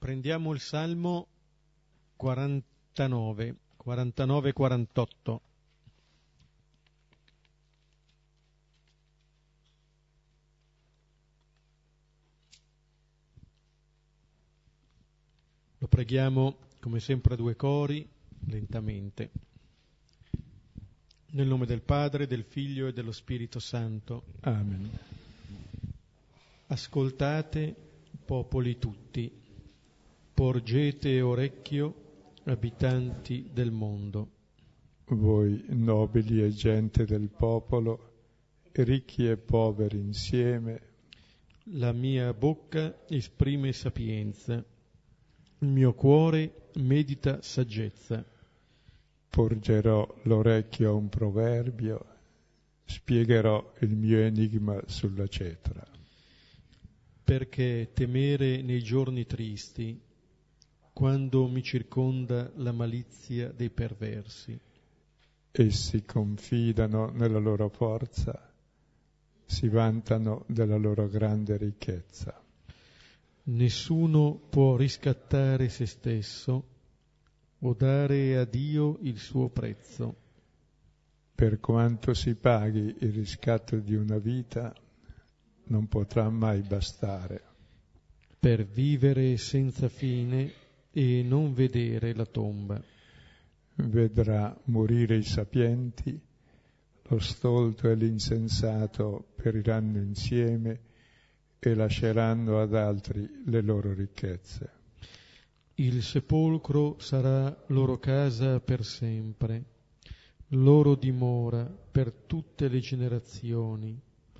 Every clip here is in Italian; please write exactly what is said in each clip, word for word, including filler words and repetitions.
Prendiamo il Salmo quarantanove, quarantanove quarantotto. Lo preghiamo come sempre a due cori, lentamente. Nel nome del Padre, del Figlio e dello Spirito Santo. Amen. Ascoltate, popoli tutti, porgete orecchio, abitanti del mondo. Voi nobili e gente del popolo, ricchi e poveri insieme. La mia bocca esprime sapienza, il mio cuore medita saggezza. Porgerò l'orecchio a un proverbio, spiegherò il mio enigma sulla cetra. Perché temere nei giorni tristi, quando mi circonda la malizia dei perversi. Essi confidano nella loro forza, si vantano della loro grande ricchezza. Nessuno può riscattare se stesso o dare a Dio il suo prezzo. Per quanto si paghi il riscatto di una vita, non potrà mai bastare. Per vivere senza fine e non vedere la tomba. Vedrà morire i sapienti, lo stolto e l'insensato periranno insieme e lasceranno ad altri le loro ricchezze. Il sepolcro sarà loro casa per sempre, loro dimora per tutte le generazioni,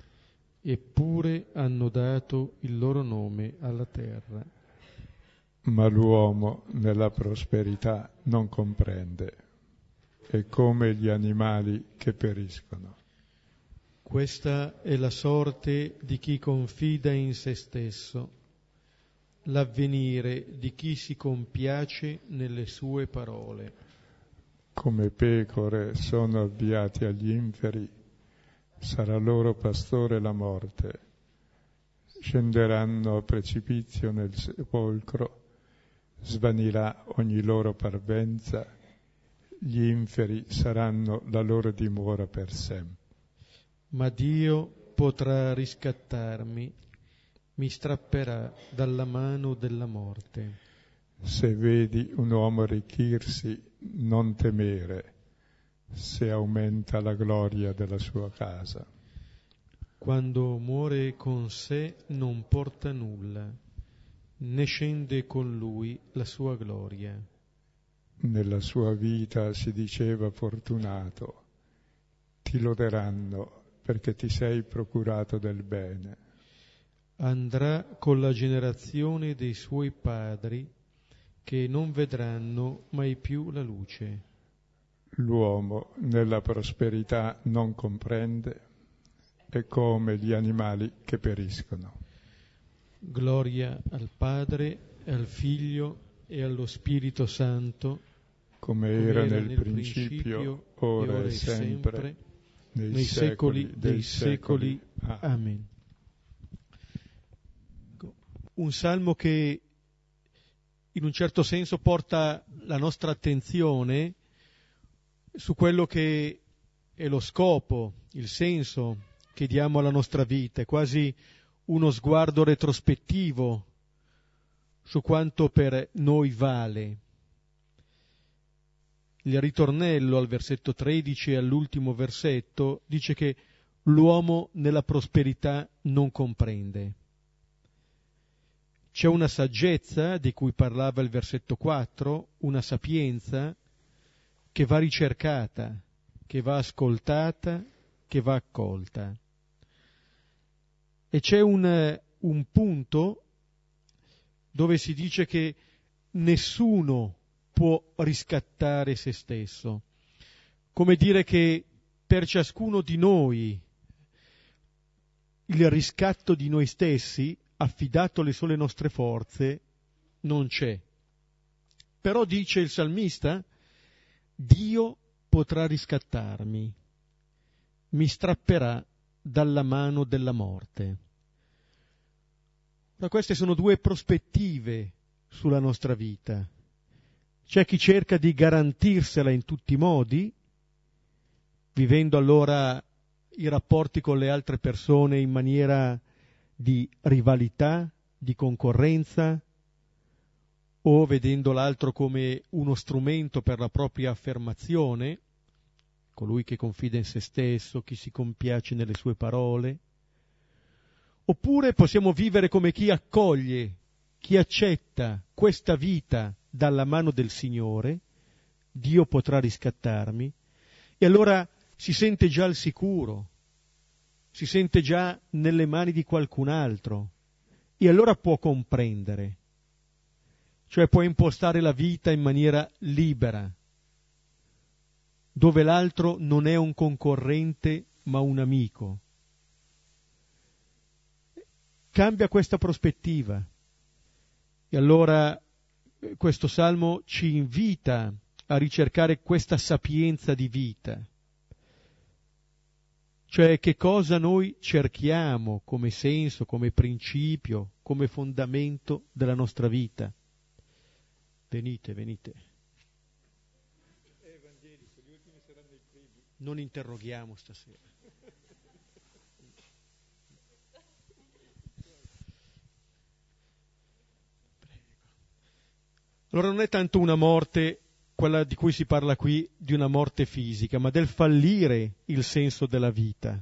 eppure hanno dato il loro nome alla terra. Ma l'uomo nella prosperità non comprende, è come gli animali che periscono. Questa è la sorte di chi confida in se stesso, l'avvenire di chi si compiace nelle sue parole. Come pecore sono avviati agli inferi, sarà loro pastore la morte. Scenderanno a precipizio nel sepolcro, svanirà ogni loro parvenza, gli inferi saranno la loro dimora per sempre. Ma Dio potrà riscattarmi, mi strapperà dalla mano della morte. Se vedi un uomo arricchirsi, non temere, se aumenta la gloria della sua casa. Quando muore con sé non porta nulla, né scende con lui la sua gloria. Nella sua vita si diceva fortunato, ti loderanno perché ti sei procurato del bene. Andrà con la generazione dei suoi padri, che non vedranno mai più la luce. L'uomo nella prosperità non comprende, è come gli animali che periscono. Gloria al Padre, al Figlio e allo Spirito Santo, come, come era, era nel, nel principio, principio ora e ora sempre, sempre nei, nei secoli dei secoli. secoli. Amen. Un salmo che in un certo senso porta la nostra attenzione su quello che è lo scopo, il senso che diamo alla nostra vita, è quasi uno sguardo retrospettivo su quanto per noi vale. Il ritornello al versetto tredici e all'ultimo versetto dice che l'uomo nella prosperità non comprende. C'è una saggezza di cui parlava il versetto quattro, una sapienza che va ricercata, che va ascoltata, che va accolta. E c'è un, un punto dove si dice che nessuno può riscattare se stesso, come dire che per ciascuno di noi il riscatto di noi stessi, affidato alle sole nostre forze, non c'è. Però dice il salmista, Dio potrà riscattarmi, mi strapperà dalla mano della morte. Ma queste sono due prospettive sulla nostra vita. C'è chi cerca di garantirsela in tutti i modi, vivendo allora i rapporti con le altre persone in maniera di rivalità, di concorrenza, o vedendo l'altro come uno strumento per la propria affermazione, colui che confida in se stesso, chi si compiace nelle sue parole. Oppure possiamo vivere come chi accoglie, chi accetta questa vita dalla mano del Signore, Dio potrà riscattarmi, e allora si sente già al sicuro, si sente già nelle mani di qualcun altro, e allora può comprendere, cioè può impostare la vita in maniera libera, dove l'altro non è un concorrente ma un amico. Cambia questa prospettiva, e allora questo salmo ci invita a ricercare questa sapienza di vita, cioè che cosa noi cerchiamo come senso, come principio, come fondamento della nostra vita. Venite, venite. Non interroghiamo stasera. Allora non è tanto una morte, quella di cui si parla qui, di una morte fisica, ma del fallire il senso della vita,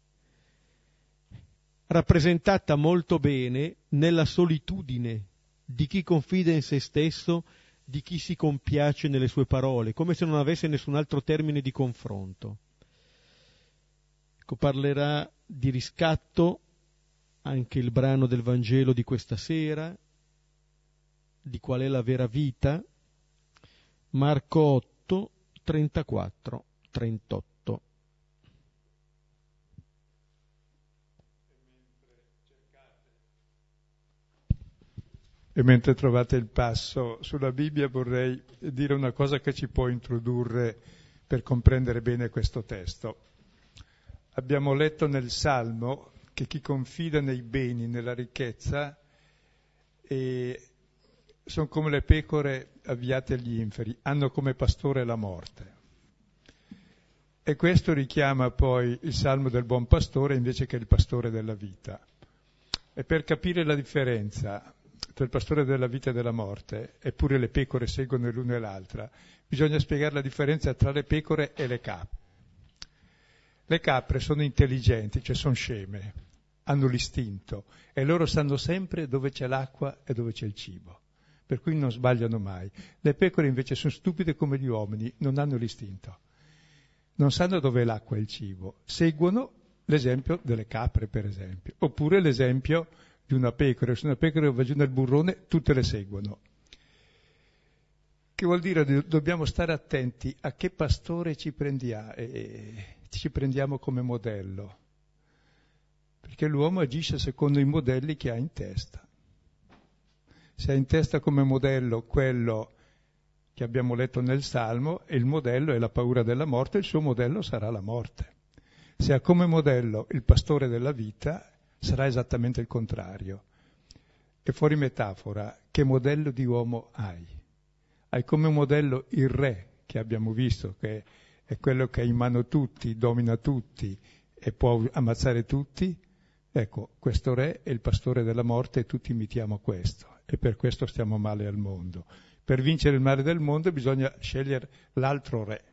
rappresentata molto bene nella solitudine di chi confida in se stesso, di chi si compiace nelle sue parole, come se non avesse nessun altro termine di confronto. Ecco, parlerà di riscatto anche il brano del Vangelo di questa sera, di qual è la vera vita, Marco otto, trentaquattro, trentotto. E mentre trovate il passo sulla Bibbia vorrei dire una cosa che ci può introdurre per comprendere bene questo testo. Abbiamo letto nel Salmo che chi confida nei beni, nella ricchezza, e sono come le pecore avviate agli inferi, hanno come pastore la morte. E questo richiama poi il Salmo del buon pastore invece che il pastore della vita. E per capire la differenza tra il pastore della vita e della morte, eppure le pecore seguono l'una e l'altra, bisogna spiegare la differenza tra le pecore e le capre. Le capre sono intelligenti, cioè sono sceme, hanno l'istinto e loro sanno sempre dove c'è l'acqua e dove c'è il cibo, per cui non sbagliano mai. Le pecore invece sono stupide come gli uomini, non hanno l'istinto, non sanno dove è l'acqua e il cibo, seguono l'esempio delle capre per esempio, oppure l'esempio di una pecora. Se una pecora va giù nel burrone, tutte le seguono. Che vuol dire? Dobbiamo stare attenti a che pastore ci prendiamo, e ci prendiamo come modello, perché l'uomo agisce secondo i modelli che ha in testa. Se ha in testa come modello quello che abbiamo letto nel Salmo, e il modello è la paura della morte, il suo modello sarà la morte. Se ha come modello il pastore della vita, sarà esattamente il contrario. E fuori metafora, che modello di uomo hai? Hai come modello il re, che abbiamo visto, che è quello che ha in mano tutti, domina tutti e può ammazzare tutti. Ecco, questo re è il pastore della morte e tutti imitiamo questo. E per questo stiamo male al mondo. Per vincere il male del mondo bisogna scegliere l'altro re,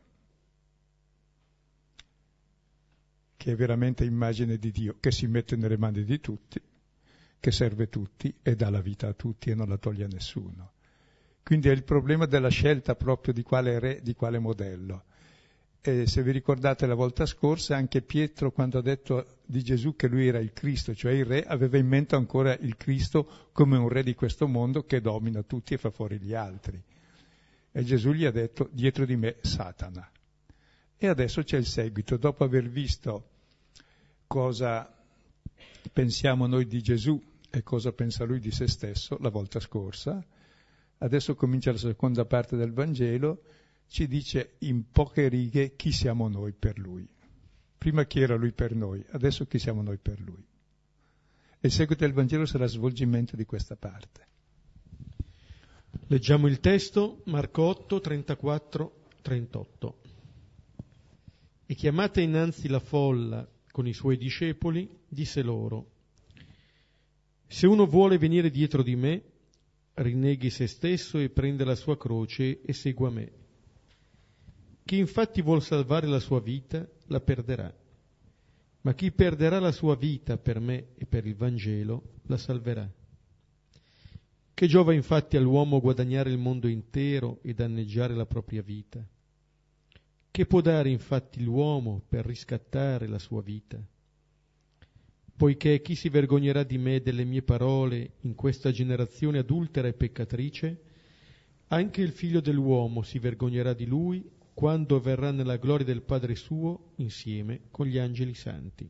che è veramente immagine di Dio, che si mette nelle mani di tutti, che serve tutti e dà la vita a tutti e non la toglie a nessuno. Quindi è il problema della scelta proprio di quale re, di quale modello. E se vi ricordate la volta scorsa, anche Pietro, quando ha detto di Gesù che lui era il Cristo, cioè il re, aveva in mente ancora il Cristo come un re di questo mondo che domina tutti e fa fuori gli altri. E Gesù gli ha detto: dietro di me Satana. E adesso c'è il seguito. Dopo aver visto cosa pensiamo noi di Gesù e cosa pensa lui di se stesso la volta scorsa, adesso comincia la seconda parte del Vangelo, ci dice in poche righe chi siamo noi per lui. Prima chi era lui per noi, adesso chi siamo noi per lui. E il seguito del Vangelo sarà il svolgimento di questa parte. Leggiamo il testo, Marco otto, trentaquattro trentotto. E chiamata innanzi la folla con i suoi discepoli, disse loro: se uno vuole venire dietro di me, rinneghi se stesso e prenda la sua croce e segua me. Chi infatti vuol salvare la sua vita, la perderà. Ma chi perderà la sua vita per me e per il Vangelo, la salverà. Che giova infatti all'uomo guadagnare il mondo intero e danneggiare la propria vita? Che può dare infatti l'uomo per riscattare la sua vita? Poiché chi si vergognerà di me e delle mie parole in questa generazione adultera e peccatrice, anche il figlio dell'uomo si vergognerà di lui quando verrà nella gloria del Padre suo insieme con gli angeli santi.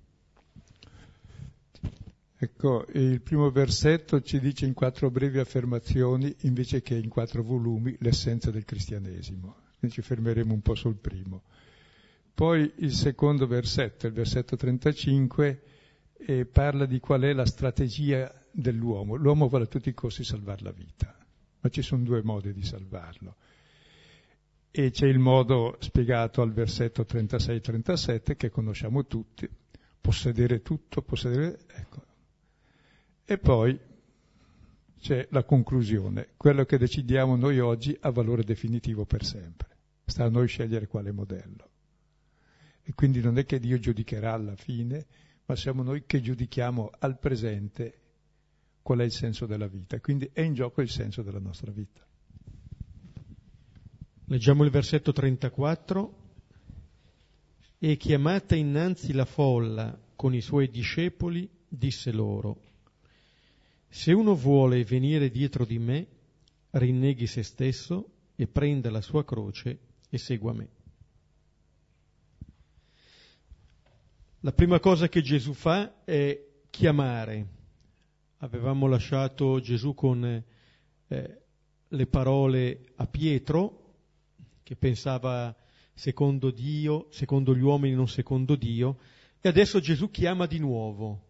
Ecco, il primo versetto ci dice in quattro brevi affermazioni, invece che in quattro volumi, l'essenza del cristianesimo. Quindi ci fermeremo un po' sul primo. Poi il secondo versetto, il versetto trentacinque, eh, parla di qual è la strategia dell'uomo. L'uomo vuole a tutti i costi salvare la vita, ma ci sono due modi di salvarlo. E c'è il modo spiegato al versetto trentasei trentasette, che conosciamo tutti: possedere tutto, possedere... Ecco. E poi c'è la conclusione: quello che decidiamo noi oggi ha valore definitivo per sempre. Sta a noi scegliere quale modello. E quindi non è che Dio giudicherà alla fine, ma siamo noi che giudichiamo al presente qual è il senso della vita. Quindi è in gioco il senso della nostra vita. Leggiamo il versetto trentaquattro. E chiamata innanzi la folla con i suoi discepoli, disse loro: se uno vuole venire dietro di me, rinneghi se stesso e prenda la sua croce e segua me. La prima cosa che Gesù fa è chiamare. Avevamo lasciato Gesù con eh, le parole a Pietro, che pensava secondo Dio, secondo gli uomini, non secondo Dio, e adesso Gesù chiama di nuovo.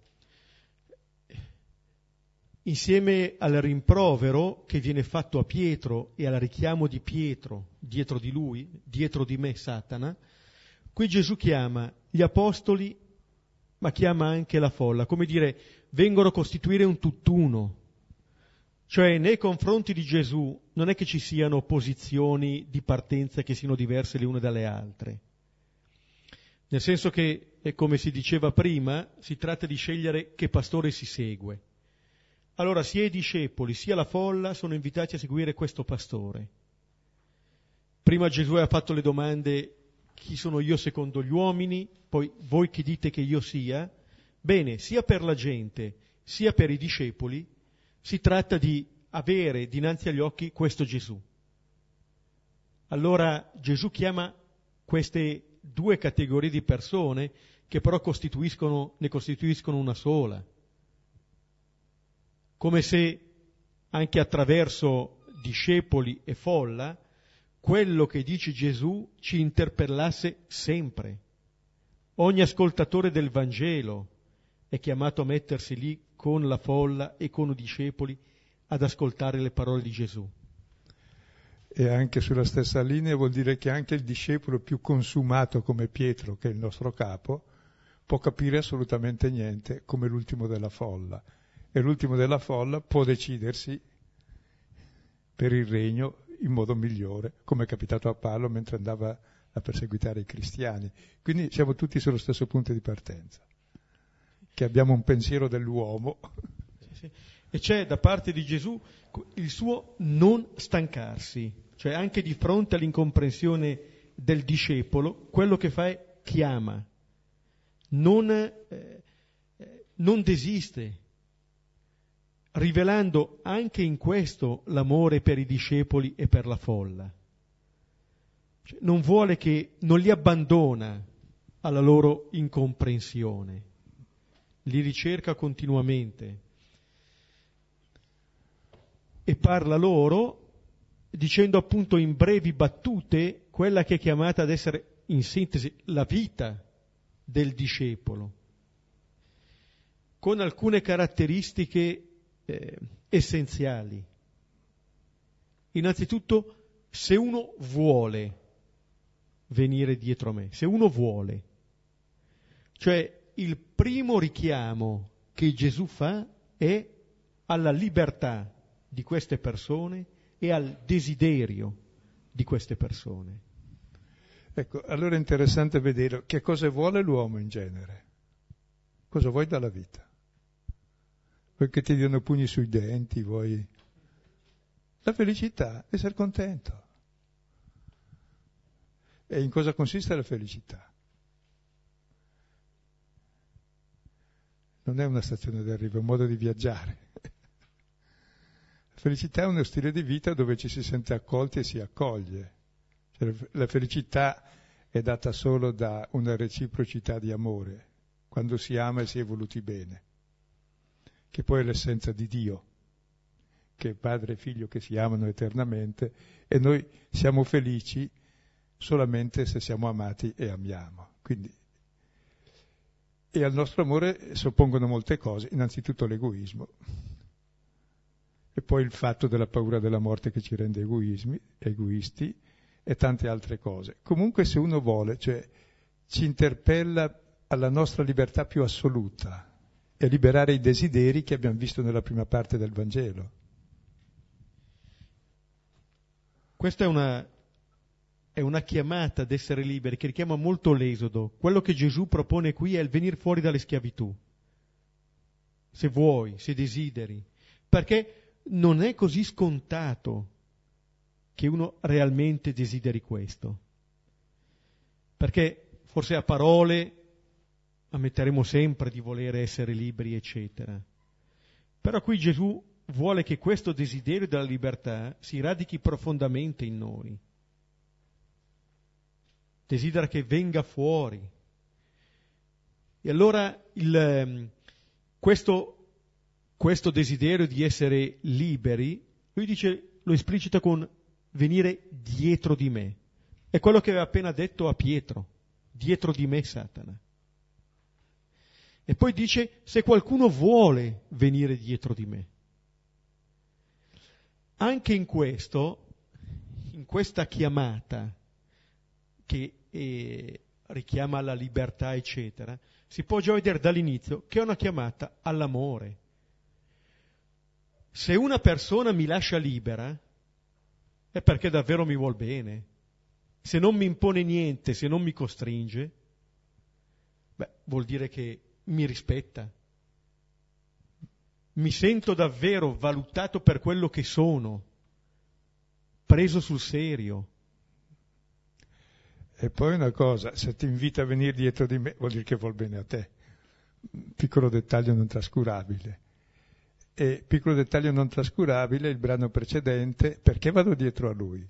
Insieme al rimprovero che viene fatto a Pietro e al richiamo di Pietro dietro di lui, dietro di me Satana, qui Gesù chiama gli apostoli, ma chiama anche la folla, come dire, vengono a costituire un tutt'uno. Cioè, nei confronti di Gesù non è che ci siano posizioni di partenza che siano diverse le une dalle altre. Nel senso che, come si diceva prima, si tratta di scegliere che pastore si segue. Allora sia i discepoli sia la folla sono invitati a seguire questo pastore. Prima Gesù ha fatto le domande: chi sono io secondo gli uomini? Poi voi chi dite che io sia? Bene, sia per la gente sia per i discepoli si tratta di avere dinanzi agli occhi questo Gesù. Allora Gesù chiama queste due categorie di persone che però costituiscono, ne costituiscono una sola. Come se anche attraverso discepoli e folla quello che dice Gesù ci interpellasse sempre. Ogni ascoltatore del Vangelo è chiamato a mettersi lì con la folla e con i discepoli ad ascoltare le parole di Gesù. E anche sulla stessa linea vuol dire che anche il discepolo più consumato come Pietro, che è il nostro capo, può capire assolutamente niente, come l'ultimo della folla. E l'ultimo della folla può decidersi per il regno in modo migliore, come è capitato a Paolo mentre andava a perseguitare i cristiani. Quindi siamo tutti sullo stesso punto di partenza, che abbiamo un pensiero dell'uomo. Sì, sì. E c'è da parte di Gesù il suo non stancarsi, cioè anche di fronte all'incomprensione del discepolo, quello che fa è chiama, non, eh, non desiste, rivelando anche in questo l'amore per i discepoli e per la folla. Cioè, non vuole che, non li abbandona alla loro incomprensione, li ricerca continuamente e parla loro dicendo appunto in brevi battute quella che è chiamata ad essere in sintesi la vita del discepolo, con alcune caratteristiche Eh, essenziali. innanzitutto, se uno vuole venire dietro a me, se uno vuole. Cioè, il primo richiamo che Gesù fa è alla libertà di queste persone e al desiderio di queste persone. Ecco, allora è interessante vedere che cosa vuole l'uomo in genere. Cosa vuoi dalla vita? Vuoi che ti diano pugni sui denti, vuoi... La felicità, essere contento. E in cosa consiste la felicità? Non è una stazione d'arrivo, è un modo di viaggiare. La felicità è uno stile di vita dove ci si sente accolti e si accoglie. Cioè, la felicità è data solo da una reciprocità di amore, quando si ama e si è voluti bene, che poi è l'essenza di Dio, che è padre e figlio che si amano eternamente, e noi siamo felici solamente se siamo amati e amiamo. Quindi, e al nostro amore s'oppongono molte cose, innanzitutto l'egoismo, e poi il fatto della paura della morte che ci rende egoismi, egoisti, e tante altre cose. Comunque, se uno vuole, cioè ci interpella alla nostra libertà più assoluta e liberare i desideri che abbiamo visto nella prima parte del Vangelo. Questa è una, è una chiamata ad essere liberi che richiama molto l'Esodo. Quello che Gesù propone qui è il venire fuori dalle schiavitù. Se vuoi, se desideri. Perché non è così scontato che uno realmente desideri questo. Perché forse a parole ammetteremo sempre di volere essere liberi, eccetera. Però qui Gesù vuole che questo desiderio della libertà si radichi profondamente in noi. Desidera che venga fuori. E allora il, questo, questo desiderio di essere liberi, lui dice, lo esplicita con venire dietro di me. È quello che aveva appena detto a Pietro, dietro di me Satana. E poi dice, se qualcuno vuole venire dietro di me. Anche in questo, in questa chiamata che eh, richiama alla libertà, eccetera, si può già vedere dall'inizio che è una chiamata all'amore. Se una persona mi lascia libera, è perché davvero mi vuol bene. Se non mi impone niente, se non mi costringe, beh, vuol dire che mi rispetta. Mi sento davvero valutato per quello che sono, preso sul serio. E poi una cosa, se ti invita a venire dietro di me, vuol dire che vuol bene a te. Piccolo dettaglio non trascurabile. E piccolo dettaglio non trascurabile, il brano precedente, perché vado dietro a lui?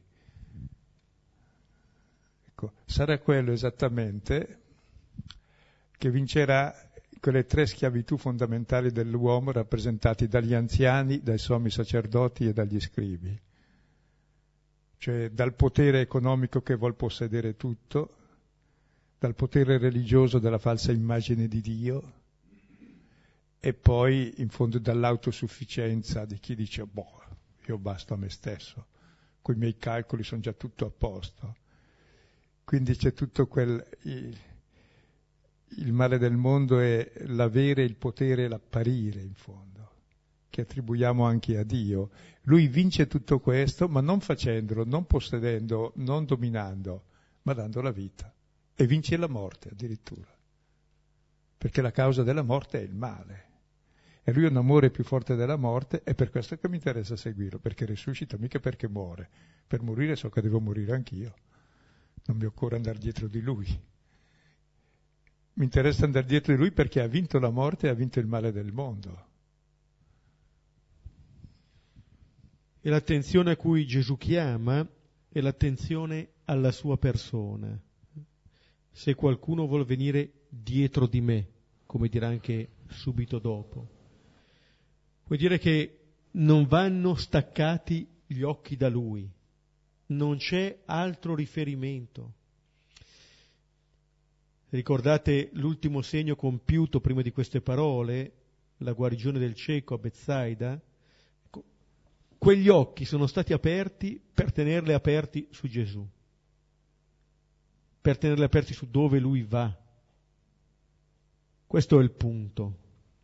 Ecco, sarà quello esattamente che vincerà quelle tre schiavitù fondamentali dell'uomo rappresentati dagli anziani, dai sommi sacerdoti e dagli scribi. Cioè dal potere economico che vuol possedere tutto, dal potere religioso della falsa immagine di Dio, e poi in fondo dall'autosufficienza di chi dice, boh, io basto a me stesso, coi miei calcoli sono già tutto a posto. Quindi c'è tutto quel... Il, il male del mondo è l'avere il potere e l'apparire, in fondo, che attribuiamo anche a Dio. Lui vince tutto questo, ma non facendolo, non possedendo, non dominando, ma dando la vita. E vince la morte addirittura. Perché la causa della morte è il male. E lui ha un amore più forte della morte, è per questo che mi interessa seguirlo, perché risuscita, mica perché muore. Per morire so che devo morire anch'io. Non mi occorre andare dietro di lui. Mi interessa andare dietro di lui perché ha vinto la morte e ha vinto il male del mondo. E l'attenzione a cui Gesù chiama è l'attenzione alla sua persona. Se qualcuno vuole venire dietro di me, come dirà anche subito dopo, vuol dire che non vanno staccati gli occhi da lui, non c'è altro riferimento. Ricordate l'ultimo segno compiuto prima di queste parole, la guarigione del cieco a Betsaida? quegli occhi sono stati aperti per tenerli aperti su Gesù, per tenerli aperti su dove Lui va. Questo è il punto.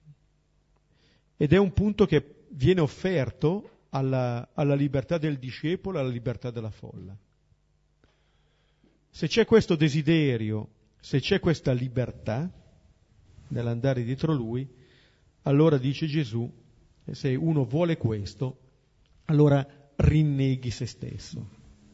Ed è un punto che viene offerto alla, alla libertà del discepolo, alla libertà della folla. Se c'è questo desiderio, se c'è questa libertà nell'andare dietro Lui, allora dice Gesù, se uno vuole questo, allora rinneghi se stesso.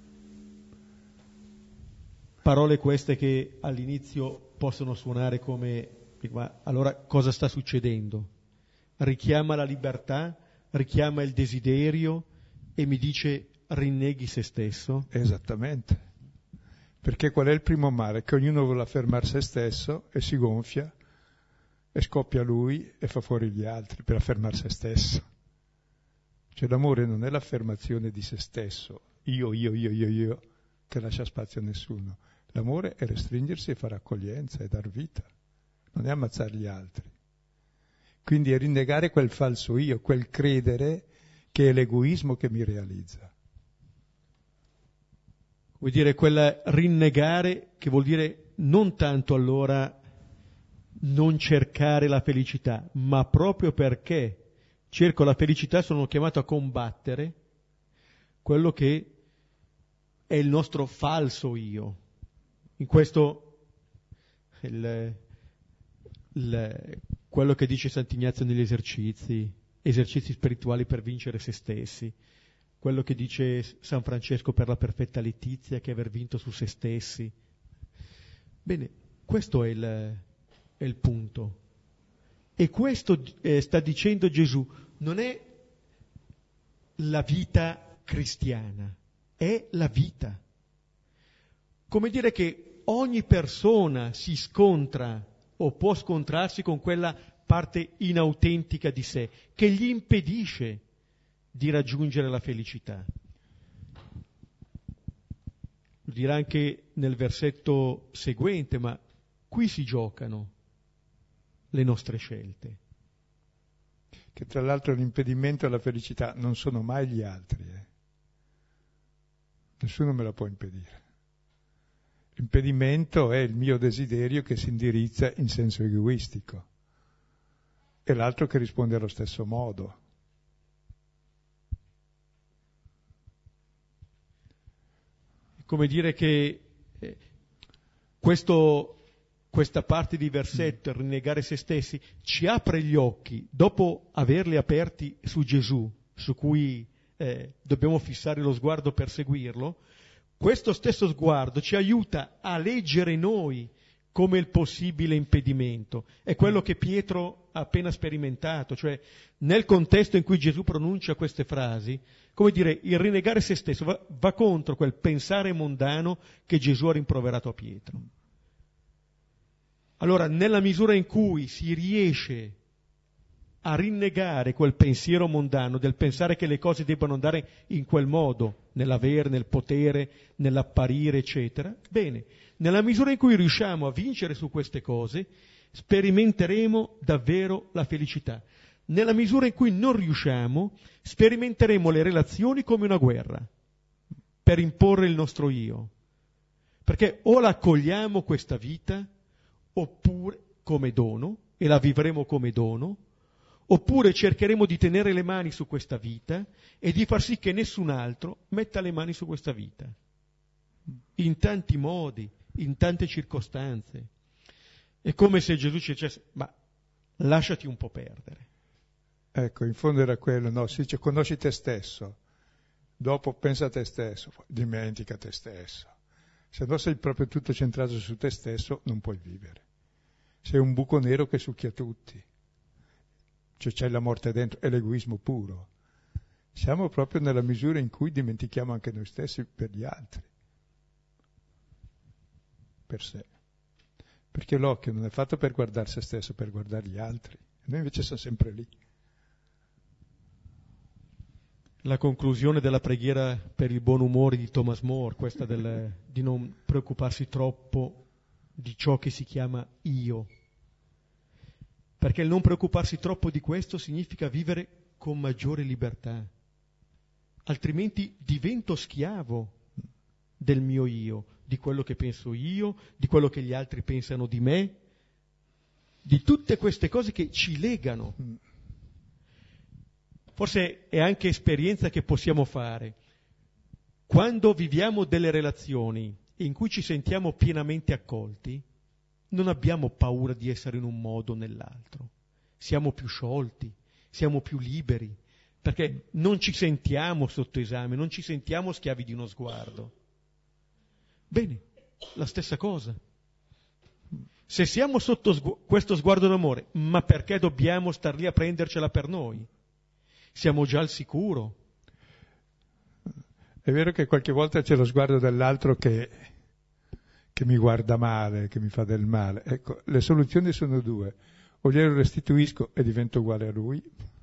Parole queste che all'inizio possono suonare come, ma allora cosa sta succedendo? Richiama la libertà, richiama il desiderio e mi dice rinneghi se stesso? Esattamente. Perché qual è il primo male? Che ognuno vuole affermare se stesso e si gonfia e scoppia lui e fa fuori gli altri per affermare se stesso. Cioè l'amore non è l'affermazione di se stesso, io, io, io, io, io, che lascia spazio a nessuno. L'amore è restringersi e fare accoglienza e dar vita, non è ammazzare gli altri. Quindi è rinnegare quel falso io, quel credere che è l'egoismo che mi realizza. Vuol dire quel rinnegare che vuol dire non tanto allora non cercare la felicità, ma proprio perché cerco la felicità sono chiamato a combattere quello che è il nostro falso io. In questo il, il, quello che dice Sant'Ignazio negli esercizi, esercizi spirituali per vincere se stessi, quello che dice San Francesco per la perfetta letizia, che è aver vinto su se stessi. Bene, questo è il, è il punto. E questo eh, sta dicendo Gesù, non è la vita cristiana, è la vita. Come dire che ogni persona si scontra o può scontrarsi con quella parte inautentica di sé, che gli impedisce di raggiungere la felicità. Lo dirà anche nel versetto seguente, ma qui si giocano le nostre scelte. Che tra l'altro l'impedimento alla felicità non sono mai gli altri. Eh. Nessuno me la può impedire. L'impedimento è il mio desiderio che si indirizza in senso egoistico e l'altro che risponde allo stesso modo. Come dire che eh, questo, questa parte di versetto, il rinnegare se stessi, ci apre gli occhi, dopo averli aperti su Gesù, su cui eh, dobbiamo fissare lo sguardo per seguirlo, questo stesso sguardo ci aiuta a leggere noi come il possibile impedimento. È quello che Pietro ha appena sperimentato, cioè nel contesto in cui Gesù pronuncia queste frasi, come dire, il rinnegare se stesso va, va contro quel pensare mondano che Gesù ha rimproverato a Pietro. Allora, nella misura in cui si riesce a rinnegare quel pensiero mondano del pensare che le cose debbano andare in quel modo, nell'avere, nel potere, nell'apparire, eccetera, bene, nella misura in cui riusciamo a vincere su queste cose, sperimenteremo davvero la felicità. Nella misura in cui non riusciamo, sperimenteremo le relazioni come una guerra, per imporre il nostro io. Perché o la accogliamo questa vita, oppure come dono, e la vivremo come dono, oppure cercheremo di tenere le mani su questa vita e di far sì che nessun altro metta le mani su questa vita. In tanti modi, in tante circostanze. È come se Gesù ci dicesse, ma lasciati un po' perdere. Ecco, in fondo era quello, no? Si dice conosci te stesso, dopo pensa a te stesso, dimentica te stesso. Se no sei proprio tutto centrato su te stesso, non puoi vivere. Sei un buco nero che succhia tutti. Cioè c'è la morte dentro, è l'egoismo puro. Siamo proprio nella misura in cui dimentichiamo anche noi stessi per gli altri, per sé. Perché l'occhio non è fatto per guardare se stesso, per guardare gli altri. Noi invece siamo sempre lì. La conclusione della preghiera per il buon umore di Thomas More, questa del, di non preoccuparsi troppo di ciò che si chiama io. Perché il non preoccuparsi troppo di questo significa vivere con maggiore libertà. altrimenti divento schiavo del mio io, di quello che penso io, di quello che gli altri pensano di me, di tutte queste cose che ci legano. Forse è anche esperienza che possiamo fare. Quando viviamo delle relazioni in cui ci sentiamo pienamente accolti, non abbiamo paura di essere in un modo o nell'altro. Siamo più sciolti, siamo più liberi, perché non ci sentiamo sotto esame, non ci sentiamo schiavi di uno sguardo. Bene, la stessa cosa. Se siamo sotto sgu- questo sguardo d'amore, ma perché dobbiamo star lì a prendercela per noi? Siamo già al sicuro. È vero che qualche volta c'è lo sguardo dell'altro che, che mi guarda male, che mi fa del male. Ecco, le soluzioni sono due. O glielo restituisco e divento uguale a lui,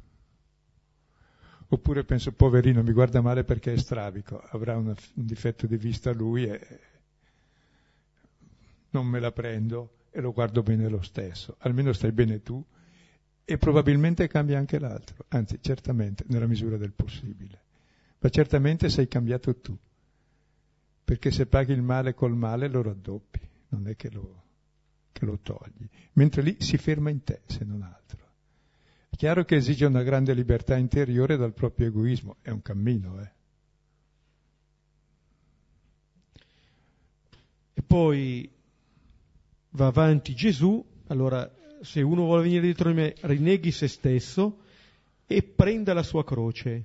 oppure penso, poverino, mi guarda male perché è strabico, avrà una, un difetto di vista lui e non me la prendo e lo guardo bene lo stesso. Almeno stai bene tu e probabilmente cambia anche l'altro, anzi certamente nella misura del possibile. Ma certamente sei cambiato tu, perché se paghi il male col male lo raddoppi, non è che lo, che lo togli, mentre lì si ferma in te, se non altro. È chiaro che esige una grande libertà interiore dal proprio egoismo, è un cammino, eh. E poi va avanti Gesù, allora se uno vuole venire dietro di me, rinneghi se stesso e prenda la sua croce.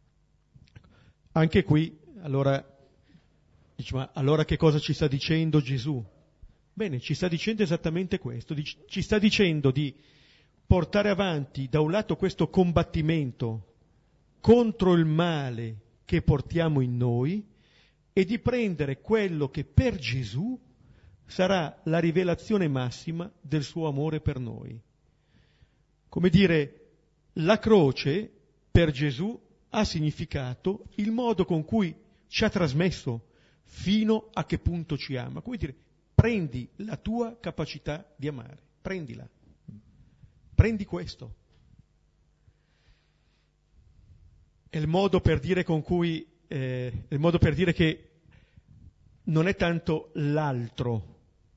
Anche qui, allora, dice, ma allora che cosa ci sta dicendo Gesù? Bene, ci sta dicendo esattamente questo, ci sta dicendo di portare avanti da un lato questo combattimento contro il male che portiamo in noi e di prendere quello che per Gesù sarà la rivelazione massima del suo amore per noi. Come dire, la croce per Gesù ha significato il modo con cui ci ha trasmesso fino a che punto ci ama. Come dire, prendi la tua capacità di amare, prendila, prendi questo. È il modo per dire con cui, eh, è il modo per dire che non è tanto l'altro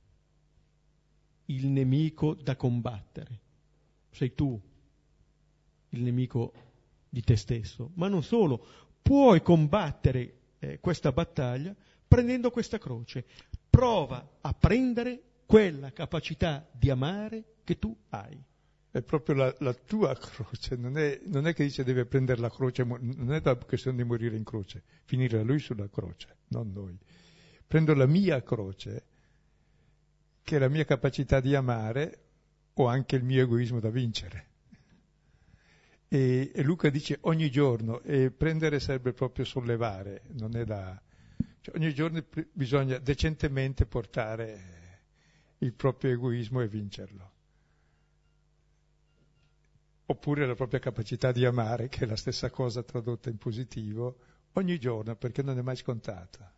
il nemico da combattere, sei tu il nemico di te stesso, ma non solo, puoi combattere eh, questa battaglia prendendo questa croce. Prova a prendere quella capacità di amare che tu hai. È proprio la, la tua croce, non è, non è che dice deve prendere la croce, non è la questione di morire in croce, finire lui sulla croce, non noi. Prendo la mia croce, che è la mia capacità di amare, o anche il mio egoismo da vincere. E, e Luca dice ogni giorno, e prendere sarebbe proprio sollevare, non è da... Cioè, ogni giorno bisogna decentemente portare il proprio egoismo e vincerlo. Oppure la propria capacità di amare, che è la stessa cosa tradotta in positivo, ogni giorno, perché non è mai scontata.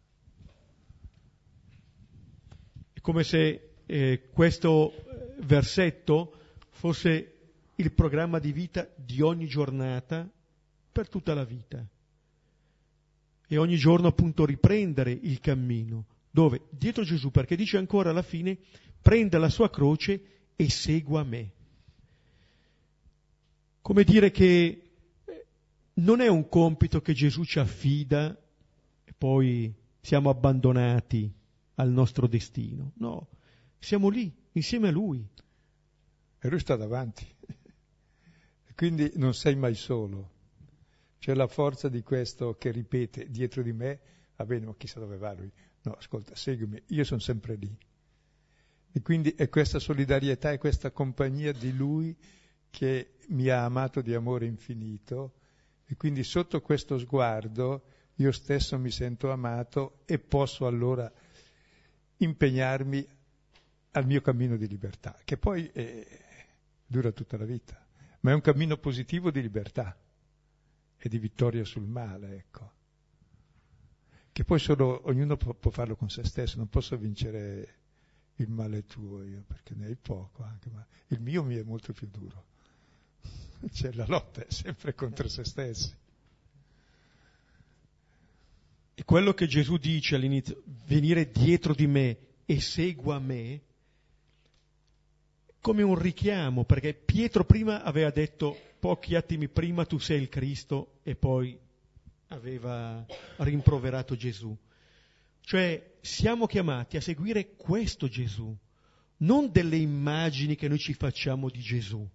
È come se eh, questo versetto fosse il programma di vita di ogni giornata per tutta la vita. E ogni giorno appunto riprendere il cammino. Dove? Dietro Gesù, perché dice ancora alla fine, prenda la sua croce e segua me. Come dire che non è un compito che Gesù ci affida e poi siamo abbandonati al nostro destino. No, siamo lì, insieme a Lui. E Lui sta davanti. Quindi non sei mai solo. C'è la forza di questo che ripete dietro di me, va bene, ma chissà dove va lui. No, ascolta, seguimi, io sono sempre lì. E quindi è questa solidarietà e questa compagnia di Lui che mi ha amato di amore infinito, e quindi sotto questo sguardo io stesso mi sento amato e posso allora impegnarmi al mio cammino di libertà, che poi è, dura tutta la vita, ma è un cammino positivo di libertà e di vittoria sul male, ecco. Che poi solo ognuno può, può farlo con se stesso, non posso vincere il male tuo io, perché ne hai poco anche, ma il mio mi è molto più duro. Cioè la lotta è sempre contro se stessi. E quello che Gesù dice all'inizio, venire dietro di me e segua me, come un richiamo, perché Pietro prima aveva detto, pochi attimi prima tu sei il Cristo, e poi aveva rimproverato Gesù. Cioè siamo chiamati a seguire questo Gesù, non delle immagini che noi ci facciamo di Gesù.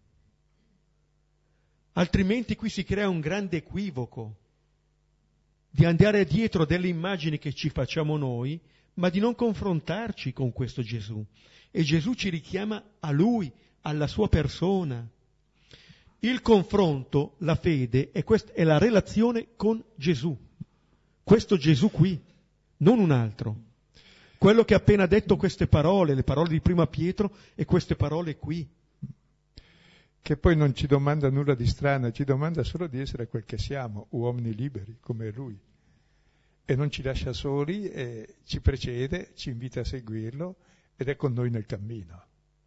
Altrimenti qui si crea un grande equivoco di andare dietro delle immagini che ci facciamo noi, ma di non confrontarci con questo Gesù. E Gesù ci richiama a Lui, alla sua persona. Il confronto, la fede, è, quest- è la relazione con Gesù. Questo Gesù qui, non un altro. Quello che ha appena detto queste parole, le parole di prima Pietro e queste parole qui. Che poi non ci domanda nulla di strano, ci domanda solo di essere quel che siamo, uomini liberi, come Lui. E non ci lascia soli, e ci precede, ci invita a seguirlo, ed è con noi nel cammino.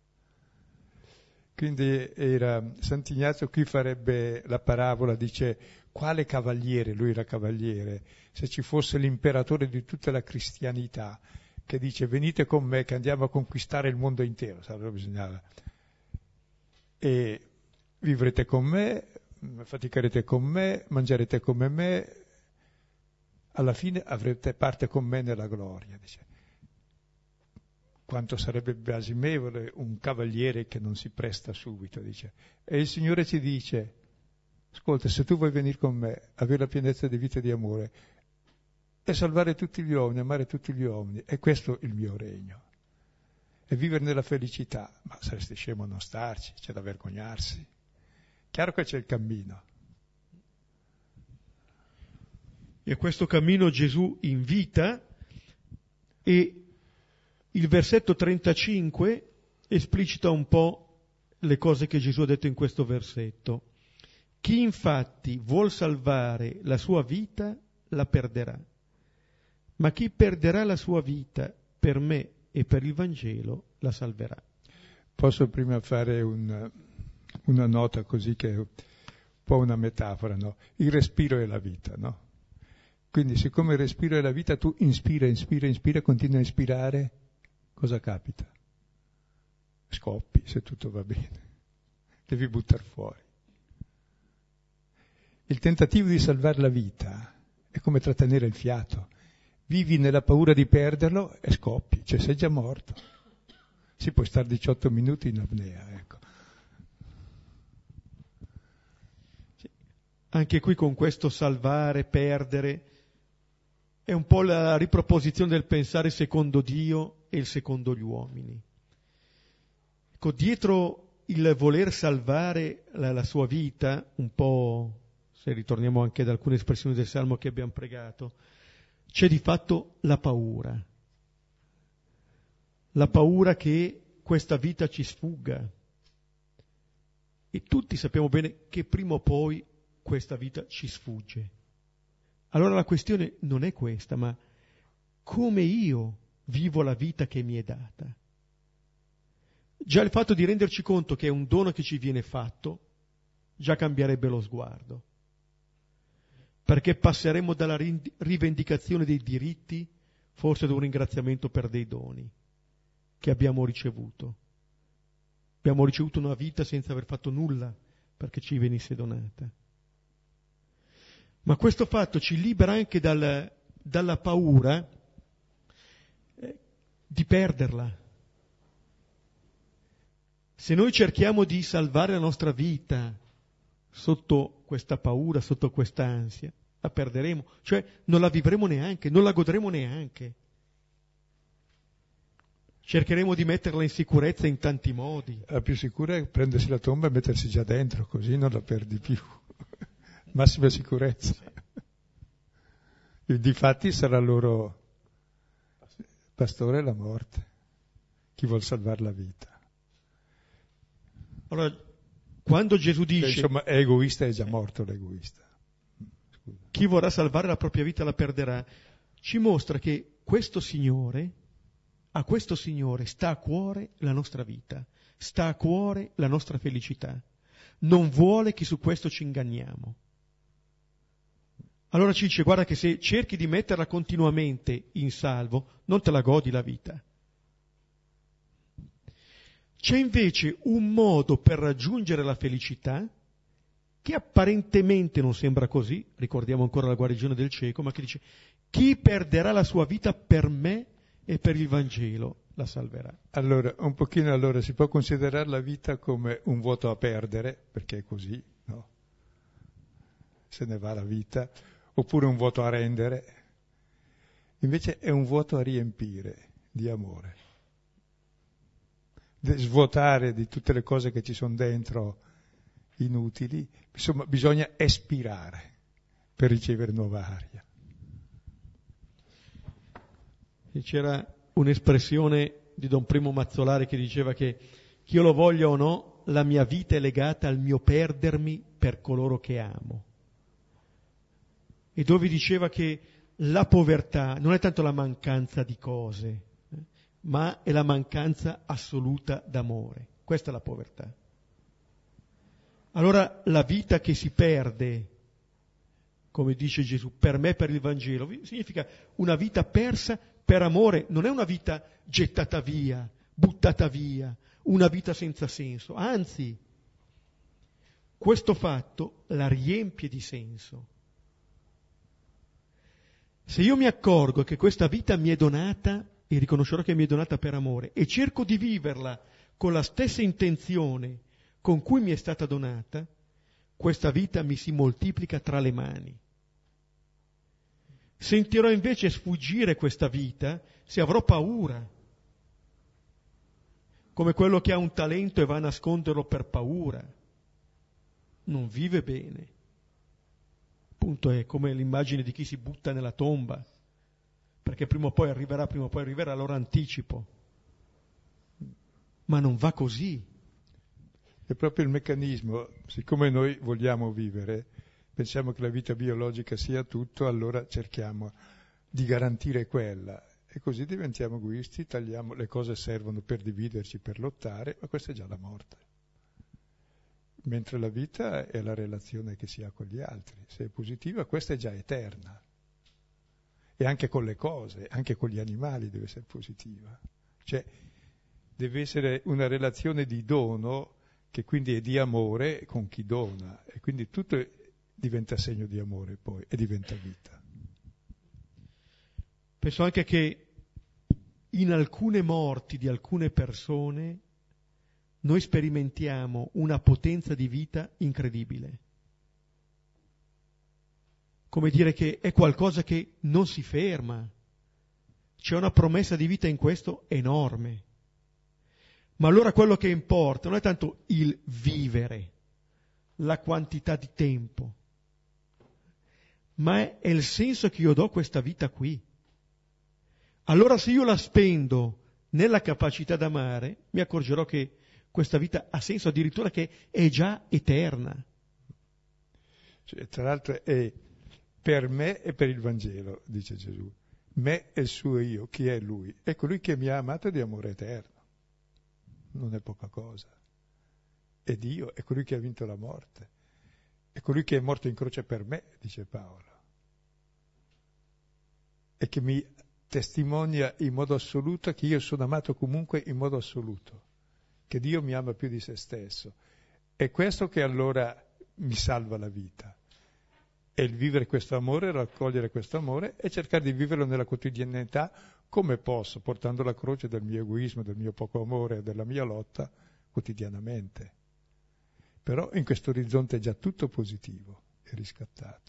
Quindi era, Sant'Ignazio qui farebbe la parabola, dice, quale cavaliere, lui era cavaliere, se ci fosse l'imperatore di tutta la cristianità, che dice venite con me che andiamo a conquistare il mondo intero, allora bisognava, e vivrete con me, faticherete con me, mangerete come me, alla fine avrete parte con me nella gloria, dice. Quanto sarebbe biasimevole un cavaliere che non si presta subito, dice. E il Signore ci dice, ascolta, se tu vuoi venire con me, avere la pienezza di vita e di amore, e salvare tutti gli uomini, amare tutti gli uomini, è questo il mio regno. E vivere nella felicità, ma saresti scemo a non starci, c'è da vergognarsi. Chiaro che c'è il cammino. E a questo cammino Gesù invita, e il versetto trentacinque esplicita un po' le cose che Gesù ha detto in questo versetto. Chi infatti vuol salvare la sua vita la perderà, ma chi perderà la sua vita per me e per il Vangelo la salverà. Posso prima fare un, una nota così che è un po' una metafora, no? Il respiro è la vita, no? Quindi siccome il respiro è la vita, tu inspira, inspira, inspira, continui a ispirare, cosa capita? Scoppi, se tutto va bene. Devi buttare fuori. Il tentativo di salvare la vita è come trattenere il fiato. Vivi nella paura di perderlo e scoppi, cioè sei già morto. Si può stare diciotto minuti in apnea, ecco. Sì. Anche qui con questo salvare, perdere, è un po' la riproposizione del pensare secondo Dio e il secondo gli uomini. Ecco, dietro il voler salvare la, la sua vita, un po', se ritorniamo anche ad alcune espressioni del Salmo che abbiamo pregato, c'è di fatto la paura. La paura che questa vita ci sfugga. E tutti sappiamo bene che prima o poi questa vita ci sfugge. Allora la questione non è questa, ma come io vivo la vita che mi è data. Già il fatto di renderci conto che è un dono che ci viene fatto, già cambierebbe lo sguardo. Perché passeremo dalla rivendicazione dei diritti, forse ad un ringraziamento per dei doni che abbiamo ricevuto. Abbiamo ricevuto una vita senza aver fatto nulla perché ci venisse donata. Ma questo fatto ci libera anche dal, dalla paura eh, di perderla. Se noi cerchiamo di salvare la nostra vita sotto questa paura, sotto questa ansia, la perderemo, cioè non la vivremo neanche, non la godremo neanche. Cercheremo di metterla in sicurezza in tanti modi. La più sicura è prendersi la tomba e mettersi già dentro, così non la perdi più. Massima sicurezza. Difatti sarà loro pastore la morte, chi vuol salvare la vita. Allora, quando Gesù dice... Che, insomma, è egoista, è già morto l'egoista. Scusa. Chi vorrà salvare la propria vita la perderà, ci mostra che questo Signore, a questo Signore sta a cuore la nostra vita, sta a cuore la nostra felicità. Non vuole che su questo ci inganniamo. Allora ci dice, guarda che se cerchi di metterla continuamente in salvo, non te la godi la vita. C'è invece un modo per raggiungere la felicità che apparentemente non sembra così, ricordiamo ancora la guarigione del cieco, ma che dice: chi perderà la sua vita per me e per il Vangelo la salverà. Allora, un pochino allora si può considerare la vita come un vuoto a perdere, perché è così, no? Se ne va la vita, oppure un vuoto a rendere. Invece è un vuoto a riempire di amore. De svuotare di tutte le cose che ci sono dentro inutili, insomma bisogna espirare per ricevere nuova aria. E c'era un'espressione di Don Primo Mazzolari che diceva che, che io lo voglia o no, la mia vita è legata al mio perdermi per coloro che amo. E dove diceva che la povertà non è tanto la mancanza di cose, eh, ma è la mancanza assoluta d'amore. Questa è la povertà. Allora la vita che si perde, come dice Gesù, per me, per il Vangelo, significa una vita persa per amore, non è una vita gettata via, buttata via, una vita senza senso. Anzi, questo fatto la riempie di senso. Se io mi accorgo che questa vita mi è donata, e riconoscerò che mi è donata per amore, e cerco di viverla con la stessa intenzione con cui mi è stata donata, questa vita mi si moltiplica tra le mani. Sentirò invece sfuggire questa vita se avrò paura, come quello che ha un talento e va a nasconderlo per paura. Non vive bene. Appunto è come l'immagine di chi si butta nella tomba, perché prima o poi arriverà, prima o poi arriverà, allora anticipo. Ma non va così. È proprio il meccanismo, siccome noi vogliamo vivere, pensiamo che la vita biologica sia tutto, allora cerchiamo di garantire quella e così diventiamo egoisti, tagliamo, le cose servono per dividerci, per lottare, ma questa è già la morte. Mentre la vita è la relazione che si ha con gli altri, se è positiva questa è già eterna. E anche con le cose, anche con gli animali deve essere positiva. Cioè deve essere una relazione di dono che quindi è di amore con chi dona, e quindi tutto diventa segno di amore poi, e diventa vita. Penso anche che in alcune morti di alcune persone noi sperimentiamo una potenza di vita incredibile. Come dire che è qualcosa che non si ferma. C'è una promessa di vita in questo enorme. Ma allora quello che importa non è tanto il vivere, la quantità di tempo, ma è il senso che io do a questa vita qui. Allora se io la spendo nella capacità d'amare, mi accorgerò che questa vita ha senso, addirittura che è già eterna. Cioè, tra l'altro è per me e per il Vangelo, dice Gesù. Me è il suo io, chi è lui? È colui che mi ha amato di amore eterno. Non è poca cosa. È Dio, è colui che ha vinto la morte. È colui che è morto in croce per me, dice Paolo. E che mi testimonia in modo assoluto che io sono amato comunque in modo assoluto, che Dio mi ama più di se stesso. È questo che allora mi salva la vita. È il vivere questo amore, raccogliere questo amore e cercare di viverlo nella quotidianità come posso, portando la croce del mio egoismo, del mio poco amore, della mia lotta quotidianamente. Però in questo orizzonte è già tutto positivo e riscattato.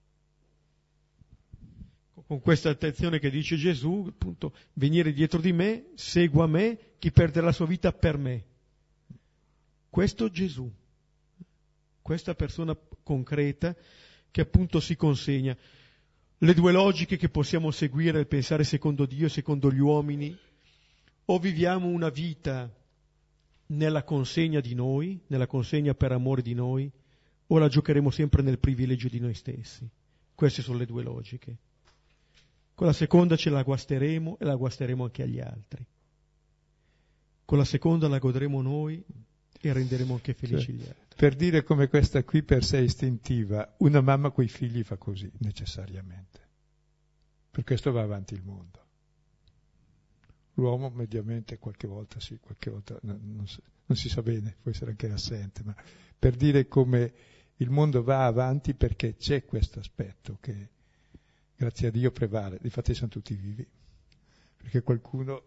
Con questa attenzione che dice Gesù, appunto, venire dietro di me, segua me, chi perde la sua vita per me. Questo Gesù, questa persona concreta che appunto si consegna. Le due logiche che possiamo seguire, il pensare secondo Dio e secondo gli uomini, o viviamo una vita nella consegna di noi, nella consegna per amore di noi, o la giocheremo sempre nel privilegio di noi stessi. Queste sono le due logiche. Con la seconda ce la guasteremo e la guasteremo anche agli altri. Con la seconda la godremo noi e renderemo anche felici cioè, gli altri. per dire come questa qui per sé è istintiva, una mamma coi figli fa così, necessariamente. Per questo va avanti il mondo. L'uomo mediamente qualche volta sì, qualche volta no, non, si, non si sa bene, può essere anche assente, ma per dire come il mondo va avanti perché c'è questo aspetto che, grazie a Dio, prevale. Difatti sono tutti vivi, perché qualcuno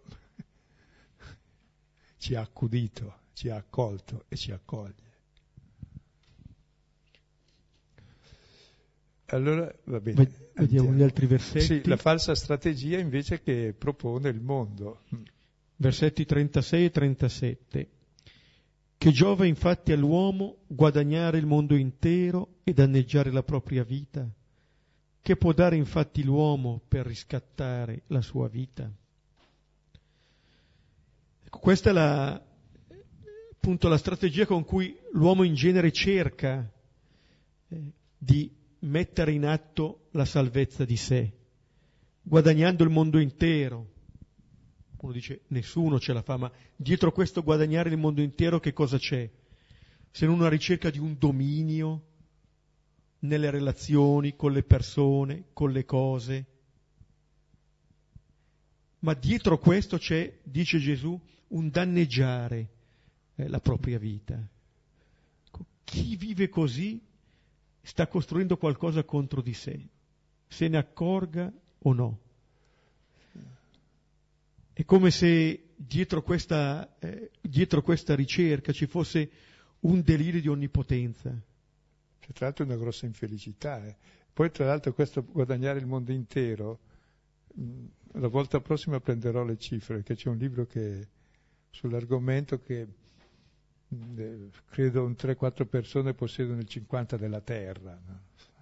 ci ha accudito, ci ha accolto e ci accoglie. Allora, va bene. Vediamo andiamo. Gli altri versetti. Sì, la falsa strategia invece che propone il mondo. Versetti trentasei e trentasette. Che giova infatti all'uomo guadagnare il mondo intero e danneggiare la propria vita? Che può dare infatti l'uomo per riscattare la sua vita? Ecco, questa è la, appunto, la strategia con cui l'uomo in genere cerca eh, di mettere in atto la salvezza di sé, guadagnando il mondo intero. Uno dice, nessuno ce la fa, ma dietro questo guadagnare il mondo intero che cosa c'è? Se non una ricerca di un dominio nelle relazioni con le persone, con le cose. Ma dietro questo c'è, dice Gesù, un danneggiare eh, la propria vita. Chi vive così sta costruendo qualcosa contro di sé, se ne accorga o no. È come se dietro questa, eh, dietro questa ricerca ci fosse un delirio di onnipotenza. C'è tra l'altro una grossa infelicità. Eh. Poi tra l'altro questo guadagnare il mondo intero, mh, la volta prossima prenderò le cifre, perché c'è un libro che sull'argomento che mh, credo un tre quattro persone possiedono il cinquanta della terra, no?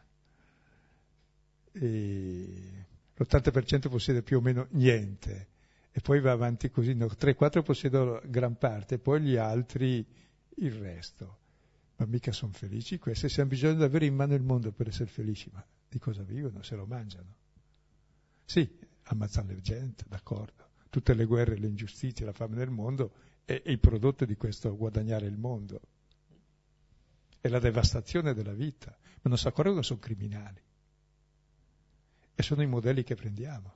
E l'ottanta per cento possiede più o meno niente. E poi va avanti così, no? tre quattro possiedono gran parte, poi gli altri il resto. Ma mica sono felici questi, se hanno bisogno di avere in mano il mondo per essere felici, ma di cosa vivono? Se lo mangiano. Sì, ammazzano la gente, d'accordo. Tutte le guerre, le ingiustizie, la fame nel mondo è, è il prodotto di questo guadagnare il mondo. È la devastazione della vita, ma non si accorgono che sono criminali. E sono i modelli che prendiamo.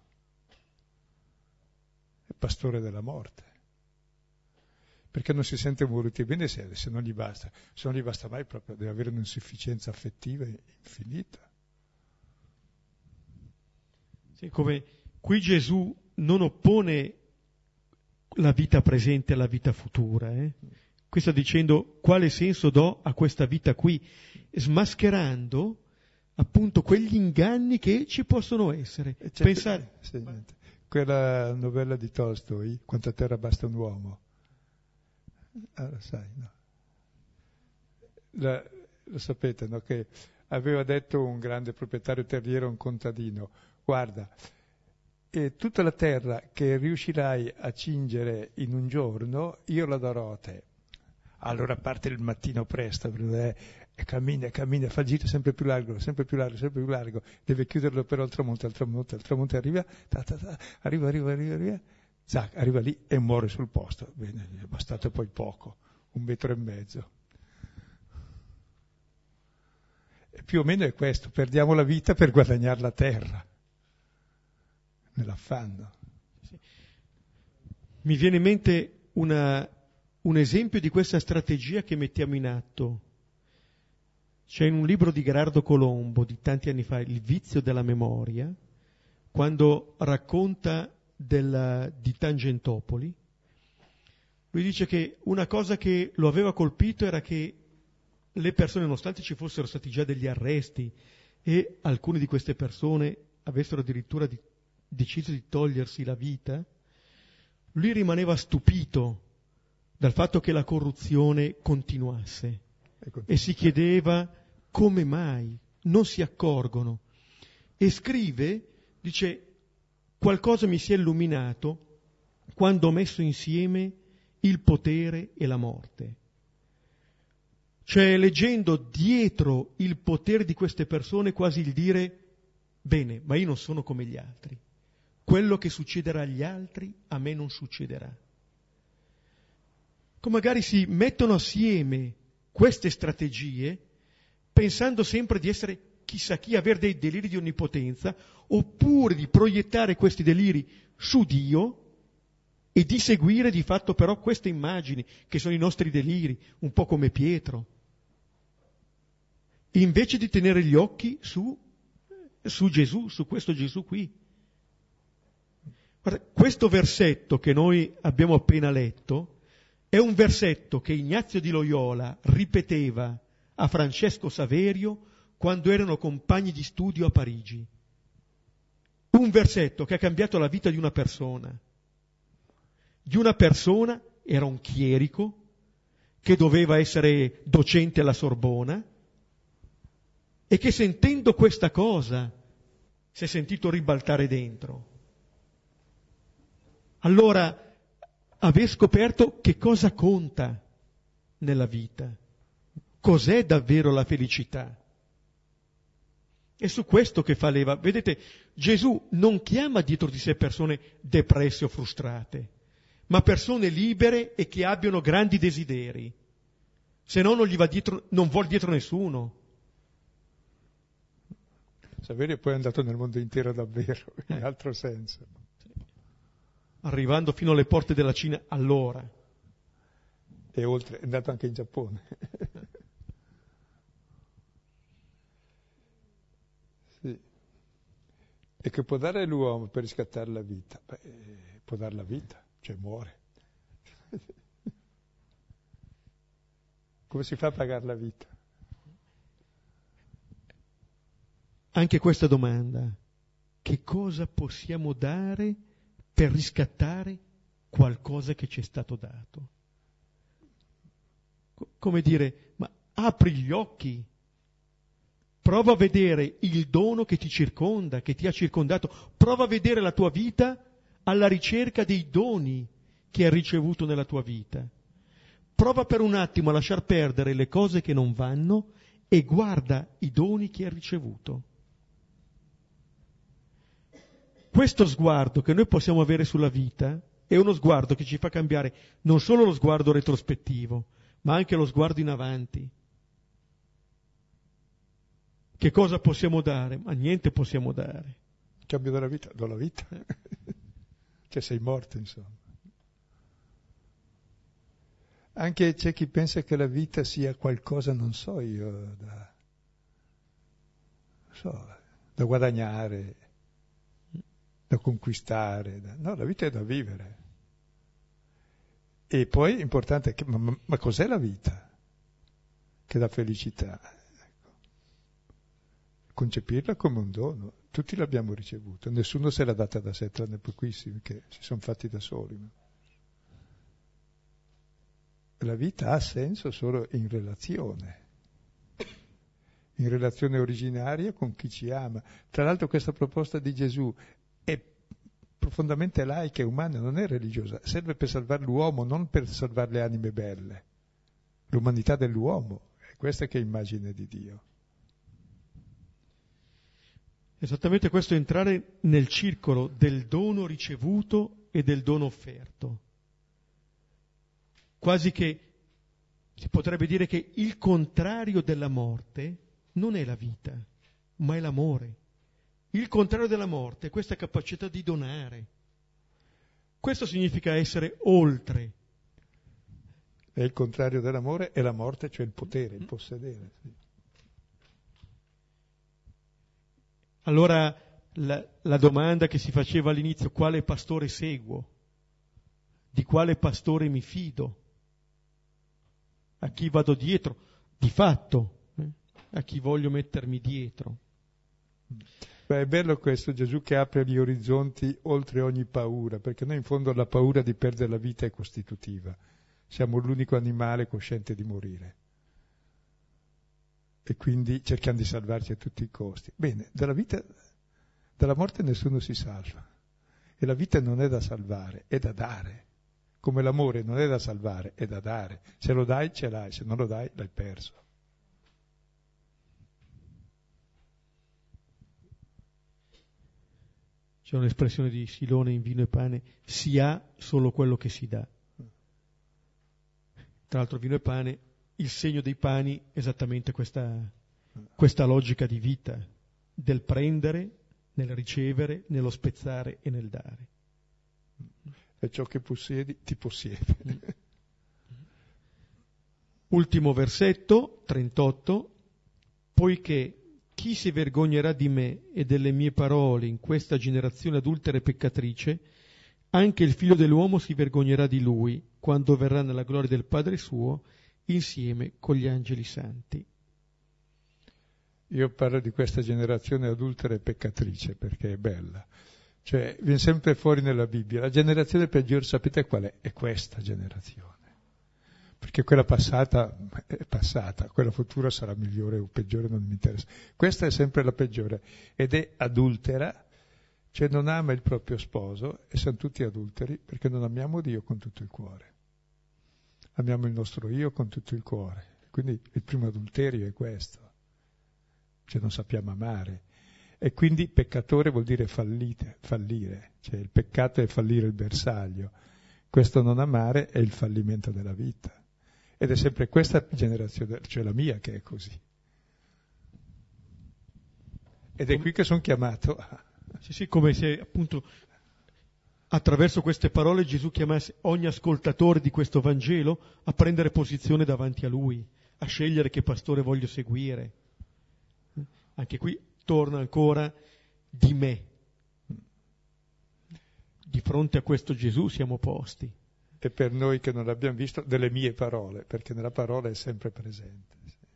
È pastore della morte. Perché non si sente voluti bene se, se non gli basta. Se non gli basta mai proprio, deve avere un'insufficienza affettiva infinita. Sì, come qui Gesù non oppone la vita presente alla vita futura. Eh? Qui sta dicendo quale senso do a questa vita qui, smascherando appunto quegli inganni che ci possono essere. Certo, Pensare... sì, quella novella di Tolstoi, Quanta terra basta un uomo. Ah, lo sai, no? La, lo sapete, no? Che aveva detto un grande proprietario terriero, un contadino, guarda, eh, tutta la terra che riuscirai a cingere in un giorno, io la darò a te. Allora parte il mattino presto, eh, e cammina, cammina, fa il giro sempre più largo, sempre più largo, sempre più largo, deve chiuderlo però al tramonto, al tramonto, al tramonto, arriva, ta, ta, ta, arriva, arriva, arriva, arriva, zac, arriva lì e muore sul posto. Bene, gli è bastato poi poco, un metro e mezzo. E più o meno è questo, perdiamo la vita per guadagnare la terra, nell'affanno. Mi viene in mente una, un esempio di questa strategia che mettiamo in atto. C'è in un libro di Gherardo Colombo di tanti anni fa, Il vizio della memoria, quando racconta della, di Tangentopoli, lui dice che una cosa che lo aveva colpito era che le persone, nonostante ci fossero stati già degli arresti e alcune di queste persone avessero addirittura di, deciso di togliersi la vita, lui rimaneva stupito dal fatto che la corruzione continuasse e si chiedeva come mai non si accorgono. E scrive, dice, qualcosa mi si è illuminato quando ho messo insieme il potere e la morte. Cioè, leggendo dietro il potere di queste persone, quasi il dire, bene, ma io non sono come gli altri. Quello che succederà agli altri, a me non succederà. Come magari si mettono assieme queste strategie pensando sempre di essere chissà chi, avere dei deliri di onnipotenza, oppure di proiettare questi deliri su Dio e di seguire di fatto però queste immagini che sono i nostri deliri, un po' come Pietro, invece di tenere gli occhi su, su Gesù, su questo Gesù qui. Guarda, questo versetto che noi abbiamo appena letto è un versetto che Ignazio di Loyola ripeteva a Francesco Saverio quando erano compagni di studio a Parigi. Un versetto che ha cambiato la vita di una persona. Di una persona, era un chierico, che doveva essere docente alla Sorbona, e che sentendo questa cosa si è sentito ribaltare dentro. Allora, aver scoperto che cosa conta nella vita, cos'è davvero la felicità. È su questo che fa leva. Vedete, Gesù non chiama dietro di sé persone depresse o frustrate, ma persone libere e che abbiano grandi desideri. Se no non gli va dietro, non vuol dietro nessuno. Saverio poi è andato nel mondo intero davvero, in Eh. altro senso. Arrivando fino alle porte della Cina allora. E oltre, è andato anche in Giappone. Sì. E che può dare l'uomo per riscattare la vita? Beh, può dare la vita, cioè muore. Come si fa a pagare la vita? Anche questa domanda, che cosa possiamo dare per riscattare qualcosa che ci è stato dato? Co- come dire, ma apri gli occhi, prova a vedere il dono che ti circonda, che ti ha circondato, prova a vedere la tua vita alla ricerca dei doni che hai ricevuto nella tua vita. Prova per un attimo a lasciar perdere le cose che non vanno e guarda i doni che hai ricevuto. Questo sguardo che noi possiamo avere sulla vita è uno sguardo che ci fa cambiare non solo lo sguardo retrospettivo, ma anche lo sguardo in avanti. Che cosa possiamo dare? Ma niente possiamo dare. Cambio della vita? Do la vita. Cioè sei morto, insomma. Anche c'è chi pensa che la vita sia qualcosa, non so io, da, non so, da guadagnare, da conquistare. Da... No, la vita è da vivere. E poi importante, che, ma, ma cos'è la vita? Che dà felicità. Ecco. Concepirla come un dono. Tutti l'abbiamo ricevuto, nessuno se l'ha data da sé, tranne pochissimi che si sono fatti da soli. No? La vita ha senso solo in relazione, in relazione originaria con chi ci ama. Tra l'altro questa proposta di Gesù è profondamente laica e umana, non è religiosa, serve per salvare l'uomo, non per salvare le anime belle. L'umanità dell'uomo, è questa che è immagine di Dio. Esattamente questo è entrare nel circolo del dono ricevuto e del dono offerto. Quasi che si potrebbe dire che il contrario della morte non è la vita, ma è l'amore. Il contrario della morte è questa capacità di donare. Questo significa essere oltre. E il contrario dell'amore è la morte, cioè il potere, il possedere. Sì. Allora la, la domanda che si faceva all'inizio, quale pastore seguo? Di quale pastore mi fido? A chi vado dietro? Di fatto, eh? A chi voglio mettermi dietro? Beh, è bello questo Gesù che apre gli orizzonti oltre ogni paura, perché noi in fondo la paura di perdere la vita è costitutiva. Siamo l'unico animale cosciente di morire. E quindi cerchiamo di salvarci a tutti i costi. Bene, dalla vita, dalla morte nessuno si salva. E la vita non è da salvare, è da dare. Come l'amore non è da salvare, è da dare. Se lo dai, ce l'hai, se non lo dai, l'hai perso. C'è un'espressione di Silone in Vino e Pane, si ha solo quello che si dà. Tra l'altro Vino e Pane il segno dei pani esattamente questa, questa logica di vita, del prendere, nel ricevere, nello spezzare e nel dare. E ciò che possiedi ti possiede. Ultimo versetto, trentotto, poiché chi si vergognerà di me e delle mie parole in questa generazione adultera e peccatrice, anche il figlio dell'uomo si vergognerà di lui quando verrà nella gloria del Padre suo insieme con gli angeli santi. Io parlo di questa generazione adultera e peccatrice perché è bella. Cioè, viene sempre fuori nella Bibbia. La generazione peggiore, sapete qual è? È questa generazione. Perché quella passata è passata, quella futura sarà migliore o peggiore, non mi interessa. Questa è sempre la peggiore ed è adultera, cioè non ama il proprio sposo, e siamo tutti adulteri perché non amiamo Dio con tutto il cuore. Amiamo il nostro io con tutto il cuore. Quindi il primo adulterio è questo. Cioè non sappiamo amare. E quindi peccatore vuol dire fallite, fallire. Cioè il peccato è fallire il bersaglio. Questo non amare è il fallimento della vita. Ed è sempre questa generazione, cioè la mia, che è così. Ed è qui che sono chiamato a... Sì, sì, come se appunto attraverso queste parole Gesù chiamasse ogni ascoltatore di questo Vangelo a prendere posizione davanti a Lui, a scegliere che pastore voglio seguire. Anche qui torna ancora di me. Di fronte a questo Gesù siamo posti. E per noi che non l'abbiamo visto, delle mie parole, perché nella parola è sempre presente.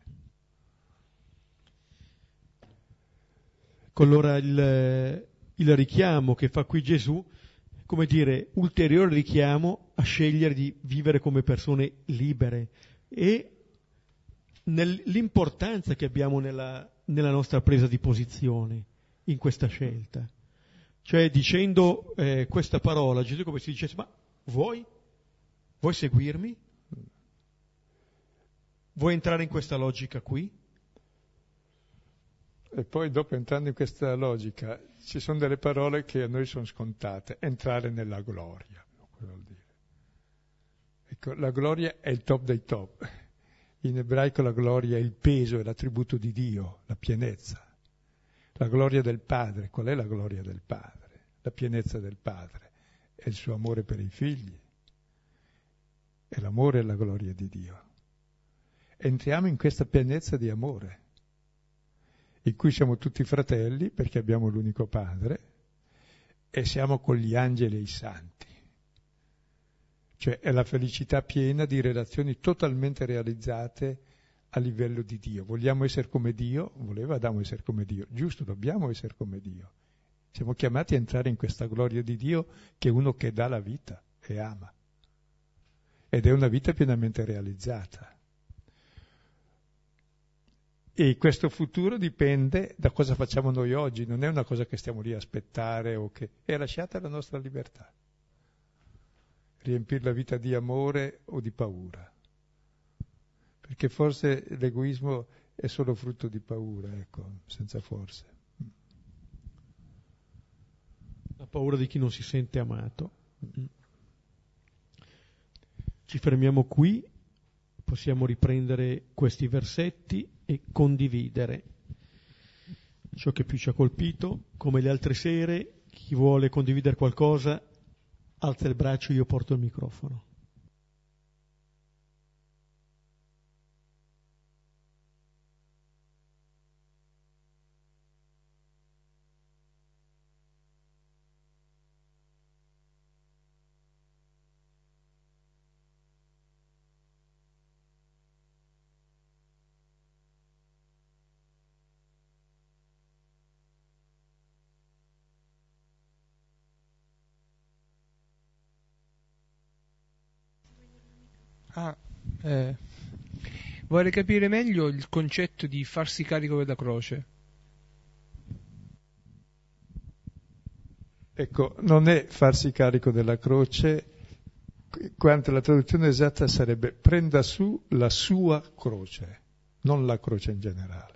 Allora il, il richiamo che fa qui Gesù, come dire, ulteriore richiamo a scegliere di vivere come persone libere e nell'importanza che abbiamo nella, nella nostra presa di posizione in questa scelta. Cioè dicendo eh, questa parola, Gesù come si dicesse, ma vuoi? Vuoi seguirmi? Vuoi entrare in questa logica qui? E poi dopo, entrando in questa logica, ci sono delle parole che a noi sono scontate. Entrare nella gloria, cosa vuol dire? Ecco, la gloria è il top dei top. In ebraico la gloria è il peso, è l'attributo di Dio, la pienezza. La gloria del Padre, qual è la gloria del Padre? La pienezza del Padre è il suo amore per i figli. E l'amore è la gloria di Dio. Entriamo in questa pienezza di amore, in cui siamo tutti fratelli perché abbiamo l'unico Padre e siamo con gli angeli e i santi. Cioè è la felicità piena di relazioni totalmente realizzate a livello di Dio. Vogliamo essere come Dio? Voleva Adamo essere come Dio. Giusto, dobbiamo essere come Dio. Siamo chiamati a entrare in questa gloria di Dio che è uno che dà la vita e ama. Ed è una vita pienamente realizzata. E questo futuro dipende da cosa facciamo noi oggi, non è una cosa che stiamo lì a aspettare o che è lasciata la nostra libertà. Riempire la vita di amore o di paura. Perché forse l'egoismo è solo frutto di paura, ecco, senza forse. La paura di chi non si sente amato. Ci fermiamo qui, possiamo riprendere questi versetti e condividere ciò che più ci ha colpito. Come le altre sere, chi vuole condividere qualcosa, alza il braccio, io porto il microfono. Ah, eh, vorrei capire meglio il concetto di farsi carico della croce. Ecco, non è farsi carico della croce, quanto la traduzione esatta sarebbe prenda su la sua croce, non la croce in generale.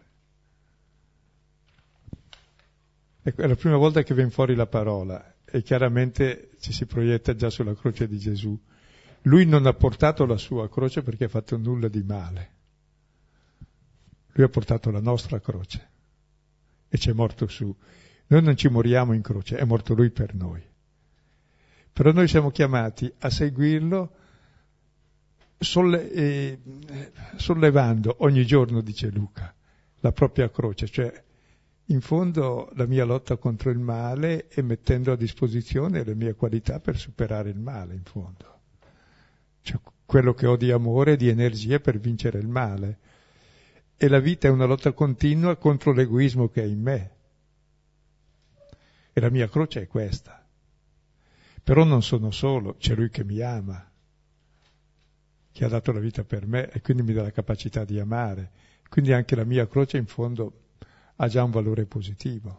Ecco, è la prima volta che viene fuori la parola e chiaramente ci si proietta già sulla croce di Gesù. Lui non ha portato la sua croce perché ha fatto nulla di male. Lui ha portato la nostra croce e ci è morto su. Noi non ci moriamo in croce, è morto Lui per noi. Però noi siamo chiamati a seguirlo solle- eh, sollevando ogni giorno, dice Luca, la propria croce, cioè in fondo la mia lotta contro il male e mettendo a disposizione le mie qualità per superare il male, in fondo. Cioè quello che ho di amore e di energia per vincere il male. E la vita è una lotta continua contro l'egoismo che è in me. E la mia croce è questa. Però non sono solo, c'è Lui che mi ama, che ha dato la vita per me e quindi mi dà la capacità di amare. Quindi anche la mia croce in fondo ha già un valore positivo.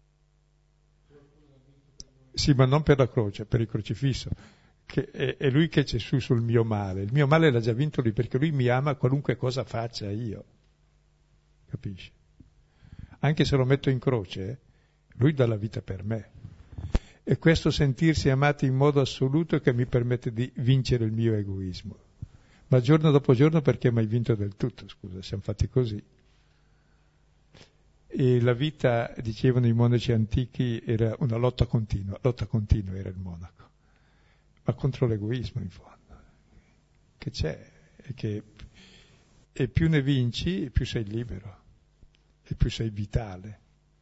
Sì, ma non per la croce, per il crocifisso. Che è, è Lui che c'è su sul mio male. Il mio male l'ha già vinto Lui perché Lui mi ama qualunque cosa faccia io. Capisci? Anche se lo metto in croce, Lui dà la vita per me. E questo sentirsi amati in modo assoluto è che mi permette di vincere il mio egoismo. Ma giorno dopo giorno perché mai vinto del tutto, scusa, siamo fatti così. E la vita, dicevano i monaci antichi, era una lotta continua, lotta continua era il monaco, ma contro l'egoismo in fondo, che c'è, e che e più ne vinci, più sei libero, e più sei vitale.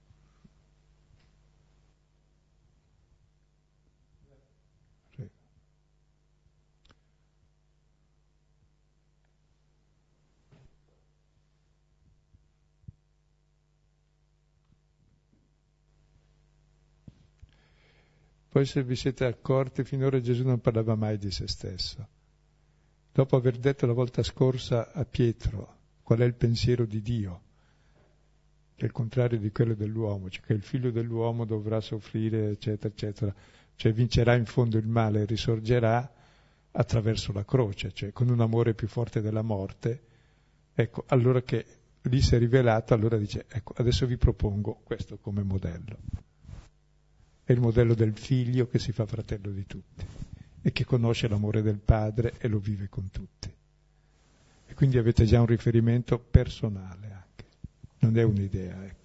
Poi se vi siete accorti, finora Gesù non parlava mai di se stesso. Dopo aver detto la volta scorsa a Pietro qual è il pensiero di Dio, che è il contrario di quello dell'uomo, cioè che il figlio dell'uomo dovrà soffrire, eccetera, eccetera, cioè vincerà in fondo il male e risorgerà attraverso la croce, cioè con un amore più forte della morte. Ecco, allora che lì si è rivelato, allora dice, ecco, adesso vi propongo questo come modello. È il modello del figlio che si fa fratello di tutti e che conosce l'amore del padre e lo vive con tutti. E quindi avete già un riferimento personale anche, non è un'idea, ecco.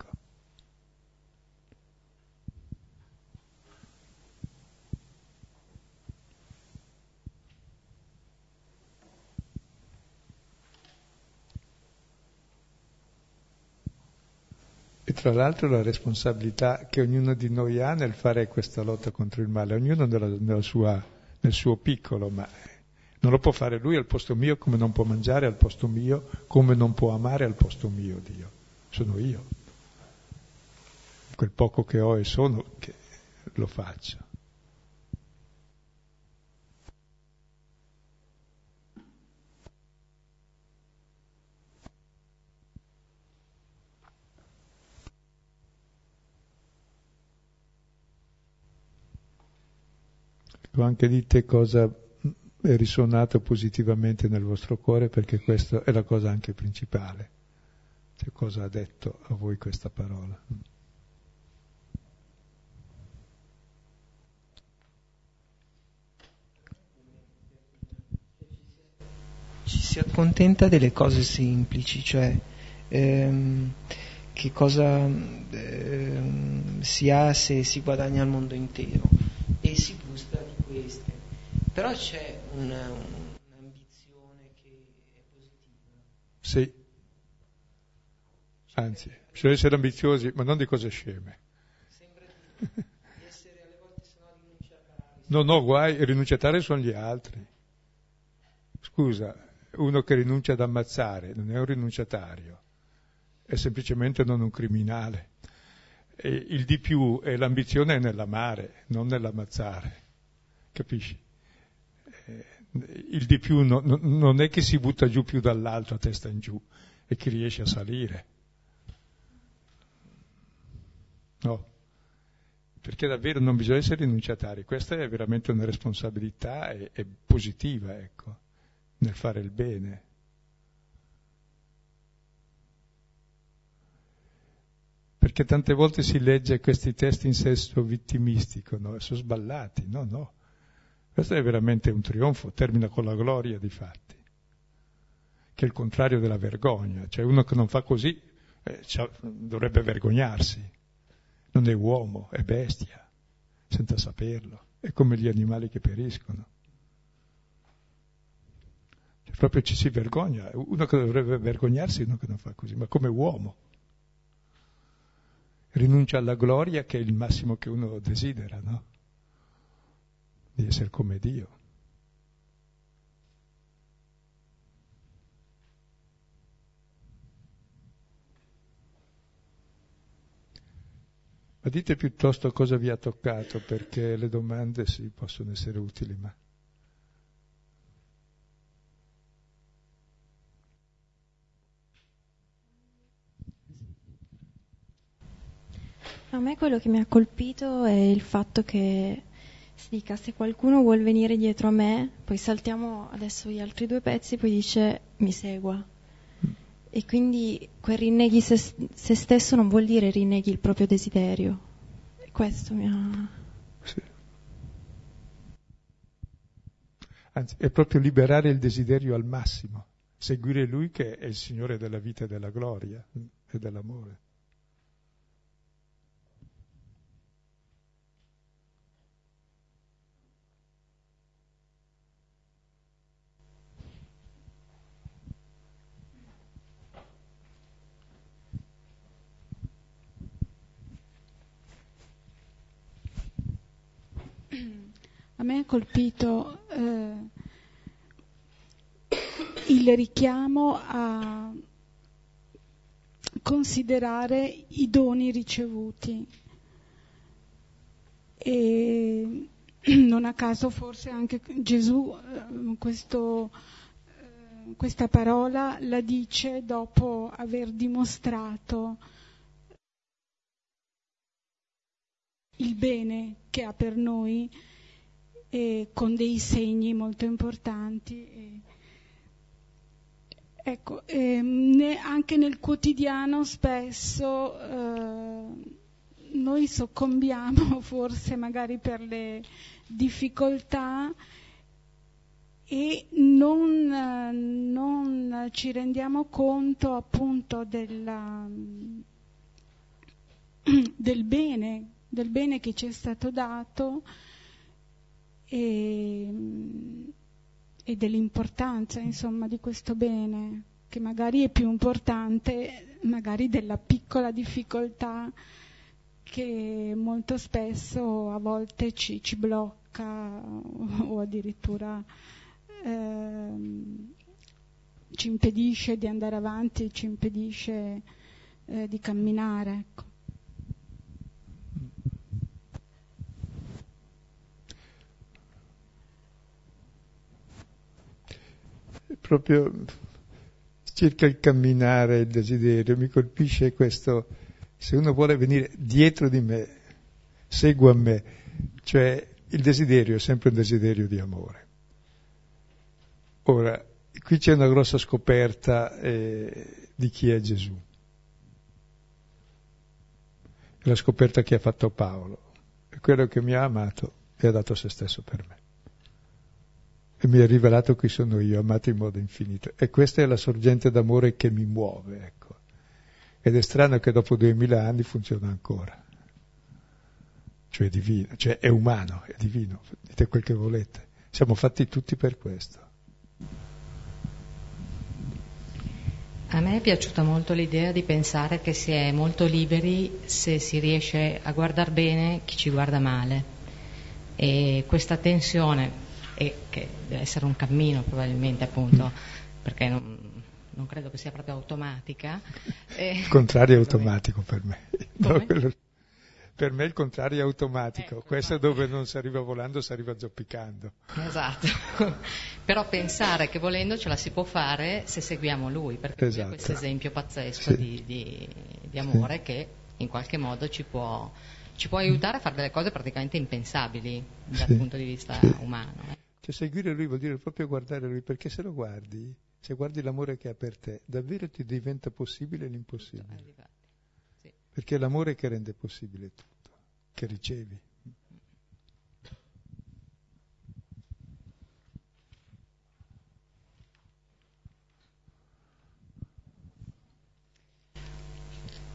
E tra l'altro la responsabilità che ognuno di noi ha nel fare questa lotta contro il male, ognuno nella, nella sua, nel suo piccolo, ma non lo può fare lui al posto mio, come non può mangiare al posto mio, come non può amare al posto mio Dio. Sono io. Quel poco che ho e sono, che lo faccio. Anche dite cosa è risuonato positivamente nel vostro cuore, perché questa è la cosa anche principale, cioè cosa ha detto a voi questa parola. Ci si accontenta delle cose semplici, cioè ehm, che cosa ehm, si ha se si guadagna al mondo intero, e si gusta di queste, però c'è una, un'ambizione che è positiva. Sì, anzi, bisogna essere ambiziosi, ma non di cose sceme. Sembra di, di essere alle volte, se no, rinunciatari. No, no, guai, rinunciatari sono gli altri. Scusa, uno che rinuncia ad ammazzare non è un rinunciatario, è semplicemente non un criminale. E il di più è l'ambizione è nell'amare, non nell'ammazzare, capisci? Eh, il di più no, no, non è che si butta giù più dall'alto a testa in giù, è che riesce a salire. No, perché davvero non bisogna essere rinunciatari, questa è veramente una responsabilità e, e positiva, ecco, nel fare il bene. Perché tante volte si legge questi testi in senso vittimistico, no? Sono sballati, no, no. Questo è veramente un trionfo, termina con la gloria di fatti, che è il contrario della vergogna. Cioè uno che non fa così eh, dovrebbe vergognarsi, non è uomo, è bestia, senza saperlo, è come gli animali che periscono. Cioè, proprio ci si vergogna, uno che dovrebbe vergognarsi è uno che non fa così, ma come uomo. Rinuncia alla gloria che è il massimo che uno desidera, no? Di essere come Dio. Ma dite piuttosto cosa vi ha toccato, perché le domande sì possono essere utili, ma... A me quello che mi ha colpito è il fatto che si dica: se qualcuno vuol venire dietro a me, poi saltiamo adesso gli altri due pezzi, poi dice mi segua. E quindi quel rinneghi se, se stesso non vuol dire rinneghi il proprio desiderio. E questo mi ha... Sì. Anzi, è proprio liberare il desiderio al massimo, seguire Lui che è il Signore della vita e della gloria e dell'amore. A me ha colpito eh, il richiamo a considerare i doni ricevuti e non a caso forse anche Gesù eh, questo, eh, questa parola la dice dopo aver dimostrato il bene che ha per noi, e con dei segni molto importanti. E, ecco, e, ne, anche nel quotidiano spesso eh, noi soccombiamo forse magari per le difficoltà e non, non ci rendiamo conto appunto della, del bene, del bene che ci è stato dato e, e dell'importanza, insomma, di questo bene, che magari è più importante magari della piccola difficoltà che molto spesso a volte ci, ci blocca o addirittura ehm, ci impedisce di andare avanti, ci impedisce eh, di camminare, ecco. Proprio circa il camminare, il desiderio, mi colpisce questo: se uno vuole venire dietro di me, segua me, cioè il desiderio è sempre un desiderio di amore. Ora, qui c'è una grossa scoperta eh, di chi è Gesù, è la scoperta che ha fatto Paolo, è quello che mi ha amato e ha dato se stesso per me. E mi ha rivelato chi sono io, amato in modo infinito. E questa è la sorgente d'amore che mi muove, ecco. Ed è strano che dopo duemila anni funziona ancora. Cioè è divino, cioè è umano, è divino, dite quel che volete. Siamo fatti tutti per questo. A me è piaciuta molto l'idea di pensare che si è molto liberi se si riesce a guardar bene chi ci guarda male. E questa tensione, e che deve essere un cammino probabilmente, appunto, perché non, non credo che sia proprio automatica. Il contrario è automatico per me. No, quello, per me il contrario è automatico, ecco, questo infatti. Dove non si arriva volando si arriva zoppicando. Esatto, però pensare che volendo ce la si può fare se seguiamo lui, perché esatto. lui è questo esempio pazzesco sì. di, di, di amore, sì, che in qualche modo ci può, ci può aiutare a fare delle cose praticamente impensabili dal sì. punto di vista sì. umano. Cioè seguire lui vuol dire proprio guardare lui, perché se lo guardi, se guardi l'amore che ha per te, davvero ti diventa possibile l'impossibile. Sì. Perché è l'amore che rende possibile tutto, che ricevi.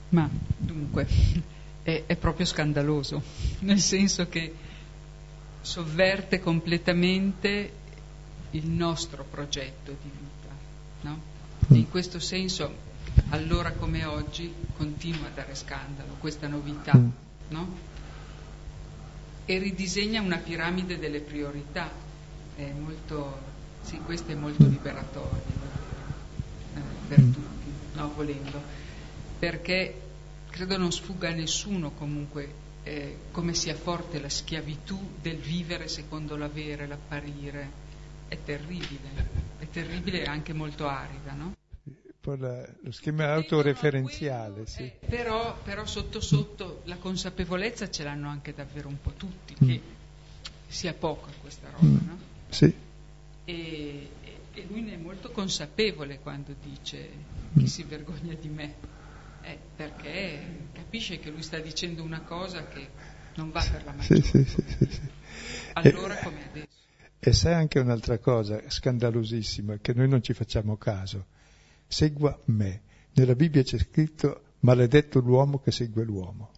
Ma dunque è, è proprio scandaloso, nel senso che sovverte completamente il nostro progetto di vita, no? E in questo senso, allora come oggi, continua a dare scandalo questa novità, no? E ridisegna una piramide delle priorità. È molto, sì, questo è molto liberatorio eh, per tutti, no, volendo, perché credo non sfugga a nessuno comunque eh, come sia forte la schiavitù del vivere secondo l'avere, l'apparire. È terribile, è terribile e anche molto arida, no? Poi la, lo schema autoreferenziale, sì. Eh, però, però sotto sotto la consapevolezza ce l'hanno anche davvero un po' tutti, che sia poca questa roba, no? Sì. E, e lui ne è molto consapevole quando dice chi si vergogna di me, eh, perché capisce che lui sta dicendo una cosa che non va per la maggiore. Sì, sì, sì, sì, sì. Allora e, come adesso. E sai anche un'altra cosa scandalosissima, che noi non ci facciamo caso. Segua me. Nella Bibbia c'è scritto maledetto l'uomo che segue l'uomo.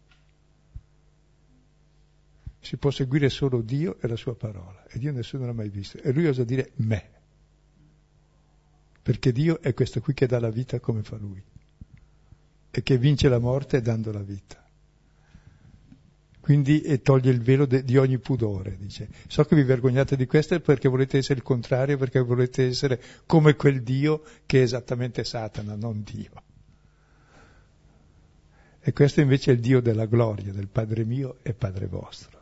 Si può seguire solo Dio e la sua parola, e Dio nessuno l'ha mai visto. E lui osa dire me, perché Dio è questo qui che dà la vita come fa lui, e che vince la morte dando la vita. Quindi e toglie il velo de, di ogni pudore, dice. So che vi vergognate di questo perché volete essere il contrario, perché volete essere come quel Dio che è esattamente Satana, non Dio. E questo invece è il Dio della gloria, del Padre mio e Padre vostro.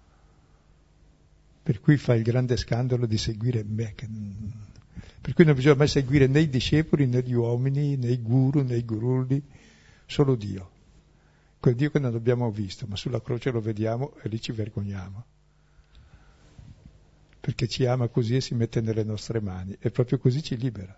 Per cui fa il grande scandalo di seguire me. Che... Per cui non bisogna mai seguire né i discepoli, né gli uomini, né i guru, né i gurulli, solo Dio. Quel Dio che non abbiamo visto, ma sulla croce lo vediamo e lì ci vergogniamo. Perché ci ama così e si mette nelle nostre mani, e proprio così ci libera.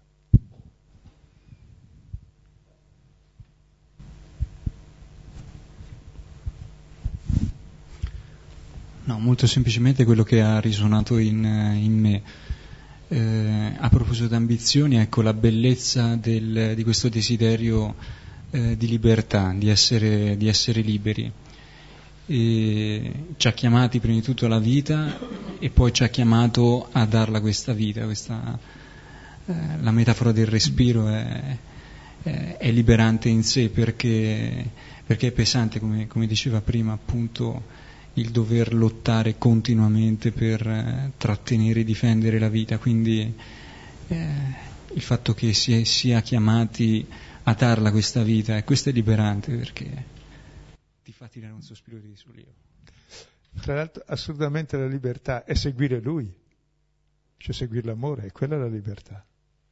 No, molto semplicemente quello che ha risuonato in, in me. Eh, a proposito di ambizioni, ecco la bellezza del, di questo desiderio Eh, di libertà, di essere, di essere liberi. E ci ha chiamati prima di tutto alla vita e poi ci ha chiamato a darla questa vita, questa, eh, la metafora del respiro è, è, è liberante in sé perché, perché è pesante, come, come diceva prima appunto, il dover lottare continuamente per eh, trattenere e difendere la vita, quindi eh, il fatto che si sia chiamati a darla questa vita, e questo è liberante perché ti fa tirare un sospiro di sollievo. Tra l'altro assolutamente la libertà è seguire lui, cioè seguire l'amore, e quella è la libertà.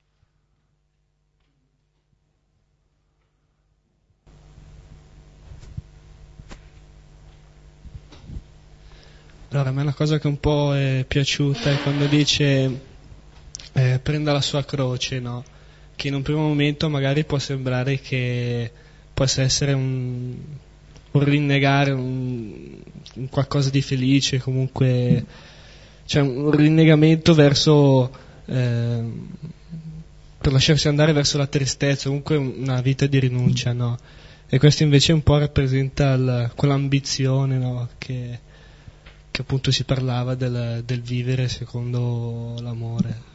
Allora a me la cosa che un po' è piaciuta è quando dice eh, prenda la sua croce, no? Che in un primo momento magari può sembrare che possa essere un, un rinnegare un, un qualcosa di felice, comunque cioè un rinnegamento verso eh, per lasciarsi andare verso la tristezza, comunque una vita di rinuncia, no? E questo invece un po' rappresenta il, quell'ambizione, no? Che, che appunto si parlava del, del vivere secondo l'amore.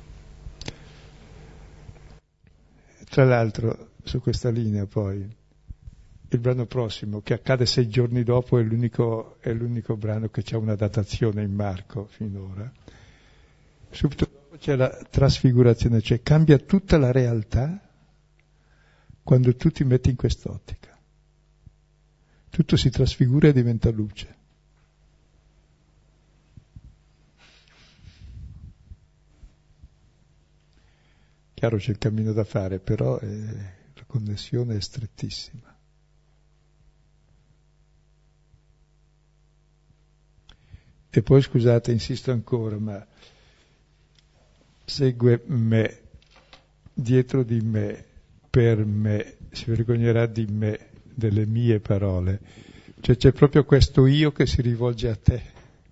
Tra l'altro, su questa linea poi, il brano prossimo, che accade sei giorni dopo, è l'unico, è l'unico brano che c'ha una datazione in Marco finora. Subito dopo c'è la trasfigurazione, cioè cambia tutta la realtà quando tu ti metti in quest'ottica. Tutto si trasfigura e diventa luce. Chiaro, c'è il cammino da fare, però eh, la connessione è strettissima. E poi, scusate, insisto ancora, ma segue me, dietro di me, per me, si vergognerà di me, delle mie parole. Cioè c'è proprio questo io che si rivolge a te,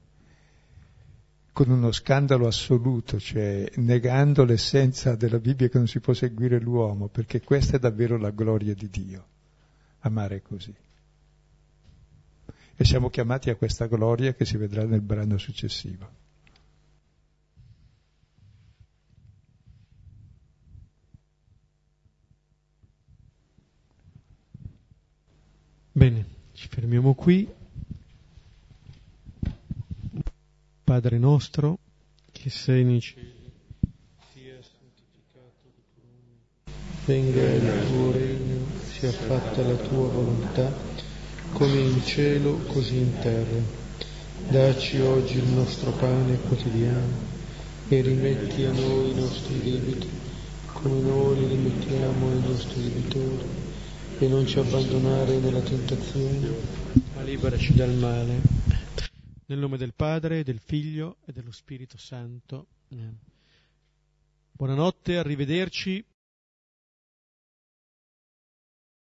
con uno scandalo assoluto, cioè negando l'essenza della Bibbia che non si può seguire l'uomo, perché questa è davvero la gloria di Dio, amare così. E siamo chiamati a questa gloria che si vedrà nel brano successivo. Bene, ci fermiamo qui. Padre nostro, che sei nei cieli, sia santificato il tuo nome. Venga il tuo regno, sia fatta la tua volontà, come in cielo, così in terra. Dacci oggi il nostro pane quotidiano e rimetti a noi i nostri debiti, come noi li rimettiamo ai nostri debitori, e non ci abbandonare nella tentazione, ma liberaci dal male. Nel nome del Padre, del Figlio e dello Spirito Santo. Buonanotte, arrivederci.